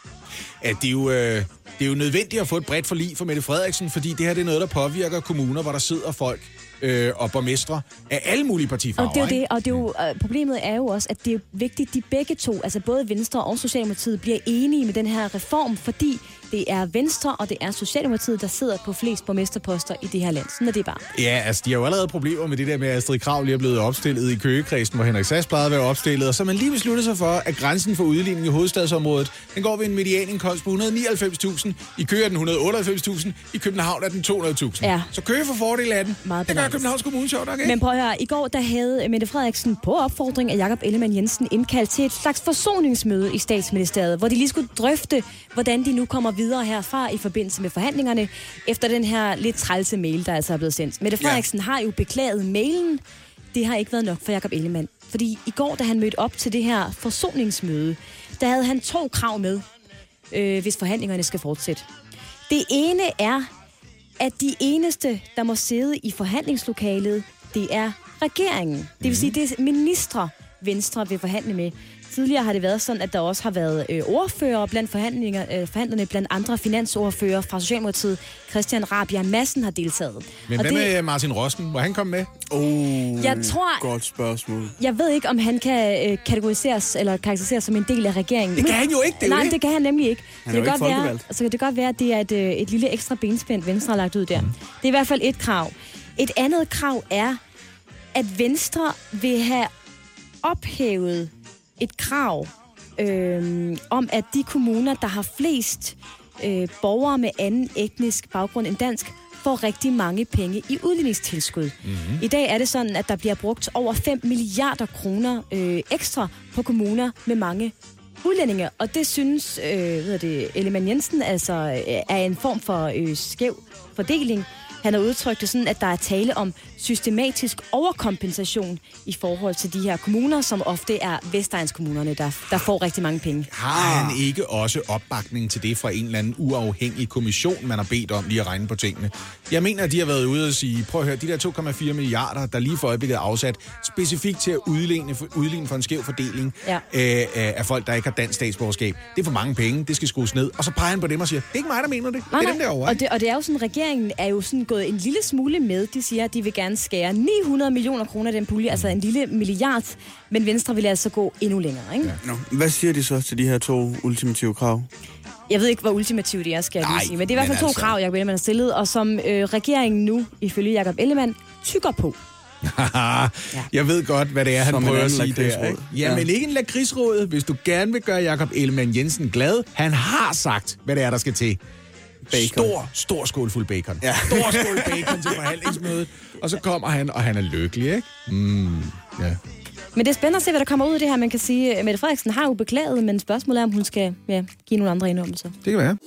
[SPEAKER 3] Ja, det er jo... Øh Det er jo nødvendigt at få et bredt forlig for Mette Frederiksen, fordi det her det er noget, der påvirker kommuner, hvor der sidder folk øh, og borgmestre af alle mulige partifarver.
[SPEAKER 4] Og det er jo det, og det er jo, øh, problemet er jo også, at det er vigtigt, at de begge to, altså både Venstre og Socialdemokratiet, bliver enige med den her reform, fordi det er Venstre og det er Socialdemokratiet, der sidder på flest borgmesterposter i det her land. Sådan er det bare.
[SPEAKER 3] Ja, altså de har jo allerede problemer med det der med, at Astrid Krag lige er blevet opstillet i Køgekredsen, hvor Henrik Sass plejede at være opstillet, og så man lige besluttet sig for, at grænsen for udligning i hovedstadsområdet, den går ved en medianindkomst på et hundrede og nioghalvfems tusind, i Køge er den et hundrede og otteoghalvfems tusind, i København er den to hundrede tusind.
[SPEAKER 4] Ja.
[SPEAKER 3] Så Køge får fordel af den.
[SPEAKER 4] Meget
[SPEAKER 3] det gør Københavns Kommune sjovt, okay?
[SPEAKER 4] Men prøv at høre, i går der havde Mette Frederiksen på opfordring af Jakob Ellemann Jensen indkaldt til et slags forsoningsmøde i Statsministeriet, hvor de lige skulle drøfte, hvordan de nu kommer videre herfra i forbindelse med forhandlingerne, efter den her lidt trælse mail, der altså er blevet sendt. Mette Frederiksen ja. har jo beklaget mailen. Det har ikke været nok for Jakob Ellemann. Fordi i går, da han mødte op til det her forsoningsmøde, der havde han to krav med, øh, hvis forhandlingerne skal fortsætte. Det ene er, at de eneste, der må sidde i forhandlingslokalet, det er regeringen. Det vil sige, det er ministre, Venstre vil forhandle med. Tidligere har det været sådan, at der også har været øh, ordfører blandt forhandlinger, øh, forhandlerne, blandt andre finansordfører fra Socialdemokratiet. Christian Rabjerg Madsen har deltaget.
[SPEAKER 3] Men hvad det... med Martin Rossen? Må han komme med?
[SPEAKER 2] Oh,
[SPEAKER 4] jeg tror,
[SPEAKER 2] godt spørgsmål.
[SPEAKER 4] Jeg ved ikke, om han kan øh, kategoriseres eller karakteriseres som en del af regeringen.
[SPEAKER 3] Det kan han jo ikke, det
[SPEAKER 4] Nej,
[SPEAKER 3] ikke.
[SPEAKER 4] det kan han nemlig ikke.
[SPEAKER 2] Han er jo ikke folkevalgt.
[SPEAKER 4] Så kan det godt være, at det er et, øh, et lille ekstra benspænd, Venstre har lagt ud der. Mm. Det er i hvert fald et krav. Et andet krav er, at Venstre vil have ophævet et krav øh, om, at de kommuner, der har flest øh, borgere med anden etnisk baggrund end dansk, får rigtig mange penge i udligningstilskud. Mm-hmm. I dag er det sådan, at der bliver brugt over fem milliarder kroner øh, ekstra på kommuner med mange udlændinge, og det synes øh, ved det, Ellemann Jensen altså øh, er en form for øh, skæv fordeling. Han har udtrykt det sådan, at der er tale om systematisk overkompensation i forhold til de her kommuner, som ofte er Vestegnskommunerne, der, der får rigtig mange penge.
[SPEAKER 3] Har han ikke også opbakning til det fra en eller anden uafhængig kommission, man har bedt om lige at regne på tingene? Jeg mener, at de har været ude og sige, prøv at høre, de der to komma fire milliarder, der lige for øjeblikket er afsat, specifikt til at udligne for, udligne for en skæv fordeling ja. øh, af folk, der ikke har dansk statsborgerskab. Det er for mange penge, det skal skrues ned. Og så peger han på dem og siger, det er ikke mig, der mener det.
[SPEAKER 4] Nej,
[SPEAKER 3] det er dem derovre.
[SPEAKER 4] Og det, og det er jo sådan, regeringen er jo sådan gået en lille smule med. De siger, at de vil gerne skære ni hundrede millioner kroner af den pulje, altså en lille milliard, men Venstre vil altså gå endnu længere, ikke? Ja.
[SPEAKER 2] Nå, hvad siger de så til de her to ultimative krav?
[SPEAKER 4] Jeg ved ikke, hvor ultimativt det er, skal jeg
[SPEAKER 2] Nej,
[SPEAKER 4] lige sige, men det er i hvert fald to
[SPEAKER 2] altså...
[SPEAKER 4] krav, Jakob Ellemann har stillet, og som øh, regeringen nu, ifølge Jakob Ellemann, tykker på.
[SPEAKER 3] ja. Jeg ved godt, hvad det er, han
[SPEAKER 2] Som
[SPEAKER 3] prøver at sige der. Ikke? Ja, ja, men ikke en lakridsråd. Hvis du gerne vil gøre Jakob Ellemann Jensen glad, han har sagt, hvad det er, der skal til. Bacon. Stor, stor skål fuld bacon. Ja. Stor skål bacon til forhandlingsmødet. Og så kommer han, og han er lykkelig, ikke? Mm, ja.
[SPEAKER 4] Men det er spændende at se, hvad der kommer ud af det her. Man kan sige, at Mette Frederiksen har jo beklaget, men spørgsmålet er, om hun skal ja, give nogle andre indrømmelser.
[SPEAKER 3] Det kan være.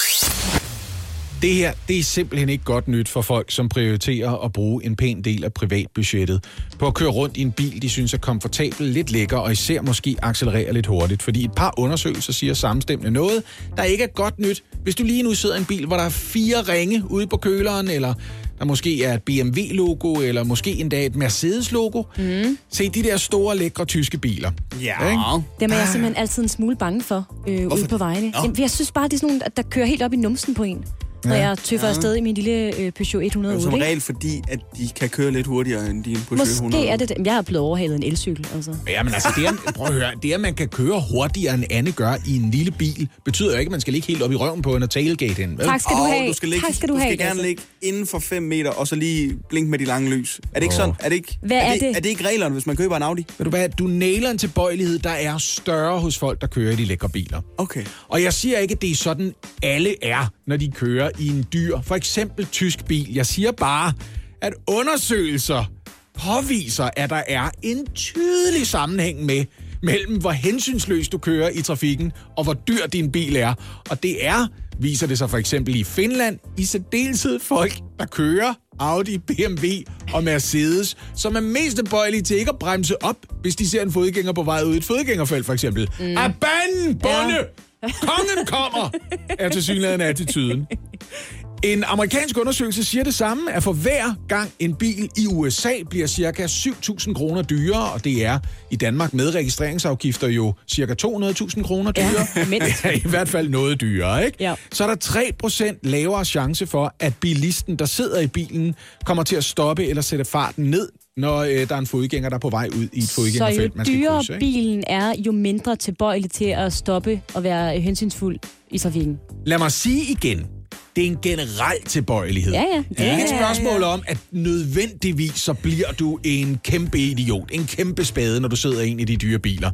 [SPEAKER 3] Det her, det er simpelthen ikke godt nyt for folk, som prioriterer at bruge en pæn del af privatbudgettet på at køre rundt i en bil, de synes er komfortabel, lidt lækker og især måske accelerere lidt hurtigt. Fordi et par undersøgelser siger samstemmende noget, der ikke er godt nyt. Hvis du lige nu sidder i en bil, hvor der er fire ringe ude på køleren, eller der måske er et B M W-logo, eller måske endda et Mercedes-logo. Mm. Se de der store, lækre tyske biler.
[SPEAKER 2] Ja.
[SPEAKER 4] Ikke? Dem er jeg simpelthen altid en smule bange for øh, ude på vejene. Jamen, jeg synes bare, det er sådan nogle, der kører helt op i numsen på en. Når ja. jeg tøffer ja. afsted i min lille øh, Peugeot et hundrede otte.
[SPEAKER 2] Som regel, fordi at de kan køre lidt hurtigere end din Peugeot
[SPEAKER 4] Måske
[SPEAKER 2] et hundrede otte.
[SPEAKER 4] er det det. Jeg har blevet overhalet en elcykel. Altså.
[SPEAKER 3] Ja, men altså, det er, prøv at høre, det at man kan køre hurtigere end Anne gør i en lille bil, betyder jo ikke, at man skal ligge helt op i røven på en tailgate hen. Vel?
[SPEAKER 4] Tak skal du have.
[SPEAKER 2] Du skal, ligge,
[SPEAKER 4] tak skal du,
[SPEAKER 2] du
[SPEAKER 4] have,
[SPEAKER 2] skal gerne ligge inden for fem meter, og så lige blinke med de lange lys. Er det ikke
[SPEAKER 3] oh.
[SPEAKER 2] sådan? Er det ikke,
[SPEAKER 4] Hvad er,
[SPEAKER 2] er, det,
[SPEAKER 4] det?
[SPEAKER 2] er det ikke reglerne, hvis man køber en Audi?
[SPEAKER 3] Ved du hvad, du nailer en tilbøjelighed, der er større hos folk, der kører i de lækre biler.
[SPEAKER 2] Okay.
[SPEAKER 3] Og jeg siger ikke, at det er sådan, alle er, når de kører i en dyr, for eksempel tysk bil. Jeg siger bare, at undersøgelser påviser, at der er en tydelig sammenhæng med, mellem hvor hensynsløst du kører i trafikken, og hvor dyr din bil er. Og det er, viser det sig for eksempel i Finland, i særdeleshed folk, der kører Audi, B M W og Mercedes, som er mest tilbøjelige til ikke at bremse op, hvis de ser en fodgænger på vej ud i et fodgængerfelt, for eksempel. Mm. Af banen, bonde! Ja. Kongen kommer! Er tilsyneladende attituden. En amerikansk undersøgelse siger det samme, at for hver gang en bil i U S A bliver cirka syv tusind kroner dyrere, og det er i Danmark med registreringsafgifter jo cirka to hundrede tusind kroner dyrere. Ja, mindst. I hvert fald noget dyrere, ikke? Ja. Så er der tre procent lavere chance for, at bilisten, der sidder i bilen, kommer til at stoppe eller sætte farten ned, når øh, der er en fodgænger, der er på vej ud i et fodgængerfelt, man skal krydse. Så jo dyrere bilen er, jo mindre tilbøjelig til at stoppe og være hensynsfuld i trafikken. Lad mig sige igen. Det er en generel tilbøjelighed. Ja, ja. Det er ikke et spørgsmål om, at nødvendigvis så bliver du en kæmpe idiot, en kæmpe spade, når du sidder i en af de dyre biler.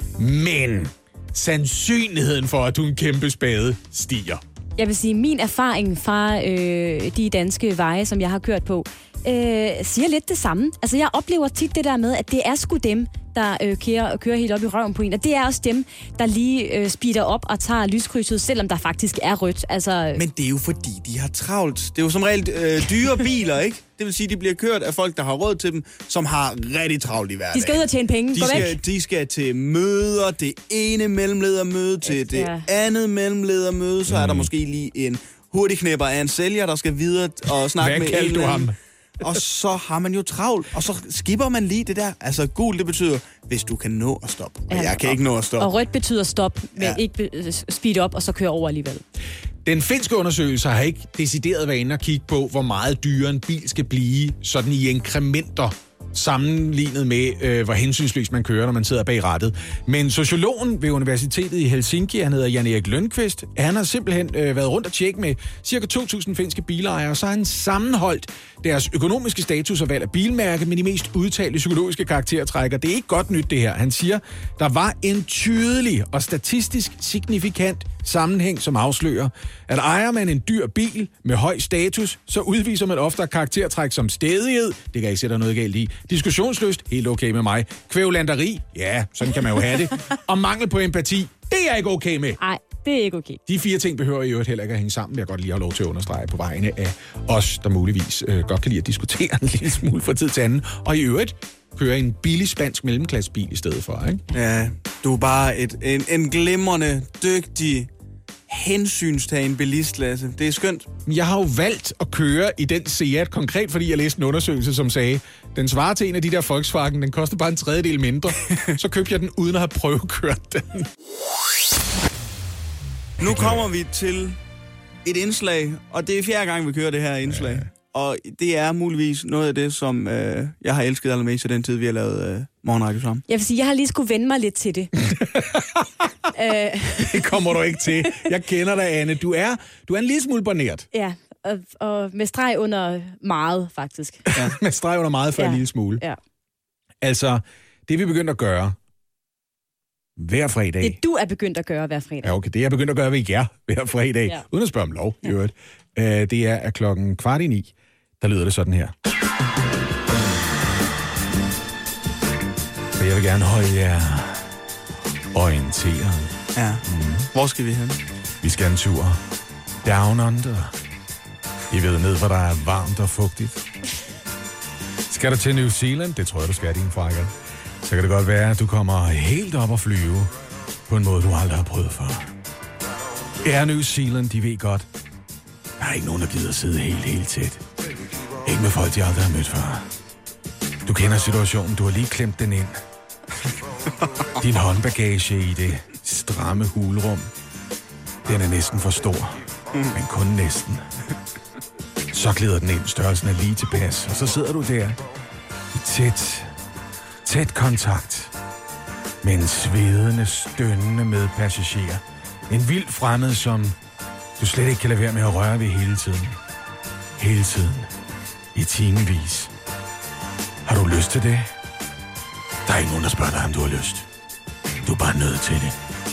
[SPEAKER 3] Men sandsynligheden for, at du er en kæmpe spade, stiger. Jeg vil sige, min erfaring fra øh, de danske veje, som jeg har kørt på, øh, siger lidt det samme. Altså, jeg oplever tit det der med, at det er sgu dem, der øh, kører, kører helt op i røven på en. Og det er også dem, der lige øh, speeder op og tager lyskrydset, selvom der faktisk er rødt. Altså,
[SPEAKER 2] Men det er jo fordi, de har travlt. Det er jo som regel øh, dyre biler, ikke? Det vil sige, de bliver kørt af folk, der har råd til dem, som har rigtig travlt i hverdagen.
[SPEAKER 4] De skal ud og tjene penge.
[SPEAKER 2] De skal, de skal til møder, det ene mellemledermøde til det, det andet mellemledermøde. Så mm. er der måske lige en hurtigknæpper af en sælger, der skal videre og snakke
[SPEAKER 3] Hvad
[SPEAKER 2] med
[SPEAKER 3] kaldte du ham?
[SPEAKER 2] Og så har man jo travlt, og så skipper man lige det der. Altså gul, det betyder, hvis du kan nå at stoppe. Og ja, jeg kan og, ikke nå at stoppe.
[SPEAKER 4] Og rødt betyder stop, men ja. ikke speed op, og så køre over alligevel.
[SPEAKER 3] Den finske undersøgelse har ikke decideret været inde og kigge på, hvor meget dyrere en bil skal blive, sådan i inkrementer, sammenlignet med, øh, hvor hensynsløst man kører, når man sidder bag rattet. Men sociologen ved Universitetet i Helsinki, han hedder Jan Erik Lønqvist, han har simpelthen øh, været rundt og tjekke med cirka to tusind finske bilejere, og så har han sammenholdt deres økonomiske status og valg af bilmærke med de mest udtalte psykologiske karaktertrækker. Det er ikke godt nyt, det her. Han siger, der var en tydelig og statistisk signifikant sammenhæng, som afslører, at ejer man en dyr bil med høj status, så udviser man ofte karaktertræk som stædighed, det kan jeg ikke sætte noget galt i, diskussionslyst, helt okay med mig, kvævlanderi, ja, sådan kan man jo have det, og mangel på empati, det er jeg ikke okay med.
[SPEAKER 4] Nej, det er ikke okay.
[SPEAKER 3] De fire ting behøver I jo heller ikke at hænge sammen, vil jeg godt lige have lov til at understrege på vegne af os, der muligvis øh, godt kan lide at diskutere en lille smule fra tid til anden, og i øvrigt køre en billig spansk mellemklassebil i stedet for, ikke?
[SPEAKER 2] Ja, du er bare et, en, en glimrende, dygtig, hensynstagen bilist, Lasse. Det er skønt.
[SPEAKER 3] Jeg har jo valgt at køre i den Seat, konkret fordi jeg læste en undersøgelse, som sagde, den svarer til en af de der Volkswagen, den koster bare en tredjedel mindre. Så købte jeg den uden at have prøvekørt den.
[SPEAKER 2] Nu kommer vi til et indslag, og det er fjerde gang, vi kører det her indslag. Ja. Og det er muligvis noget af det, som øh, jeg har elsket allermest i den tid, vi har lavet øh, morgenradio sammen.
[SPEAKER 4] Jeg vil sige, jeg har lige skulle vende mig lidt til det.
[SPEAKER 3] Det kommer du ikke til. Jeg kender dig, Anne. Du er, du er en lille smule boneret.
[SPEAKER 4] Ja, og, og med streg under meget, faktisk.
[SPEAKER 3] Ja, med streg under meget for ja. en lille smule.
[SPEAKER 4] Ja.
[SPEAKER 3] Altså, det vi begyndte at gøre hver fredag.
[SPEAKER 4] Det du er begyndt at gøre hver fredag.
[SPEAKER 3] Ja, okay. Det er begyndt at gøre ved jer hver fredag. Ja. Uden at spørge om lov, i øvrigt. Ja. Uh, det er at klokken kvart i ni. Der lyder det sådan her. Så jeg vil gerne holde jer orienteret.
[SPEAKER 2] Ja. Mm. Hvor skal vi hen?
[SPEAKER 3] Vi skal en tur down under. I ved ned, hvor der er varmt og fugtigt. Skal du til New Zealand? Det tror jeg, du skal, din frakker. Så kan det godt være, at du kommer helt op og flyve på en måde, du aldrig har prøvet før. Air New Zealand, de ved godt. Der er ikke nogen, der gider at sidde helt, helt tæt. Ikke med folk, de aldrig har mødt før. Du kender situationen, du har lige klemt den ind. Din håndbagage i det stramme hulrum, den er næsten for stor, men kun næsten. Så glider den ind, størrelsen er lige tilpas, og så sidder du der i tæt, tæt kontakt med en svedende, stønnende medpassager. En vild fremmed, som du slet ikke kan lade være med at røre ved hele tiden. Hele tiden. I timevis. Har du lyst til det? Der er ikke nogen, der spørger dig, om du har lyst. Du er bare nødt til det.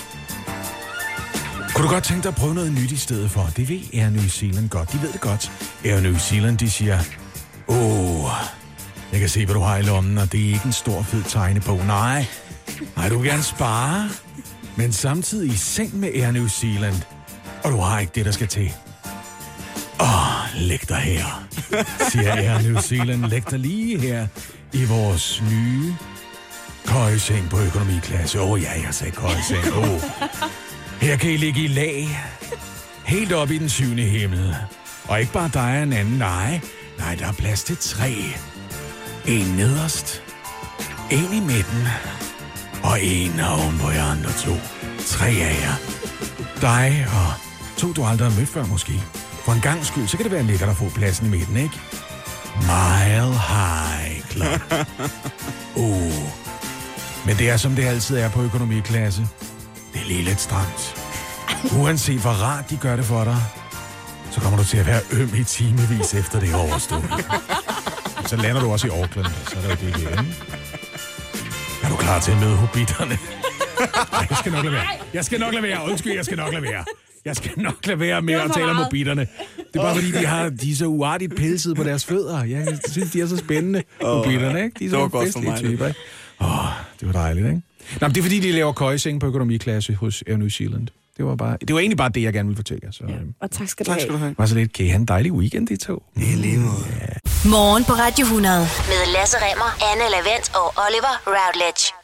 [SPEAKER 3] Kunne du godt tænke dig at prøve noget nyt i stedet for? Det ved Air New Zealand godt. De ved det godt. Air New Zealand, de siger, åh, jeg kan se, hvad du har i lommen, og det er ikke en stor, fed tegnebog. Nej, Nej, du vil gerne spare, men samtidig i seng med Air New Zealand. Og du har ikke det, der skal til. Åh, læg dig her, siger Air New Zealand. Læg dig lige her i vores nye køjeseng på økonomiklasse. Åh oh, ja, jeg sagde køjeseng. Oh. Her kan I ligge i lag. Helt op i den syvende himmel. Og ikke bare dig og en anden, nej. Nej, der er plads til tre. En nederst, en i midten, og en oven på jer andre to. Tre af jer. Dig og to, du aldrig har mødt før måske. For en gang skyld, så kan det være lækkert at få pladsen i midten, ikke? Mile High Club. Uh. Men det er, som det altid er på økonomiklasse. Det er lige lidt stramt. Uanset hvor rart de gør det for dig, så kommer du til at være øm i timevis efter det overstået. Så lander du også i Auckland, så er der jo det igen. Er du klar til at møde hobbiterne? Nej, jeg skal nok lade være. Jeg skal nok lade være. Undskyld, jeg skal nok lade være. Jeg skal nok lade være med at tale om hobbiterne. Det er bare fordi, de har de er så uartigt pelset på deres fødder. Jeg synes, de er så spændende, oh, hobbiterne, ikke? De er så festlige typer, ikke? Åh, oh, det var dejligt, ikke? Nå, men det er fordi, de laver køjeseng på økonomiklasse hos Air New Zealand. Det var, bare, det var egentlig bare det, jeg gerne ville fortælle jer. Så,
[SPEAKER 4] ja. Og tak skal du
[SPEAKER 2] tak skal du have.
[SPEAKER 3] Var så lidt, kan I have en dejlig weekend, de to?
[SPEAKER 2] I lige måde.
[SPEAKER 1] Ja. Morgen på Radio hundrede med Lasse Remmer, Anne Lavent og Oliver Routledge.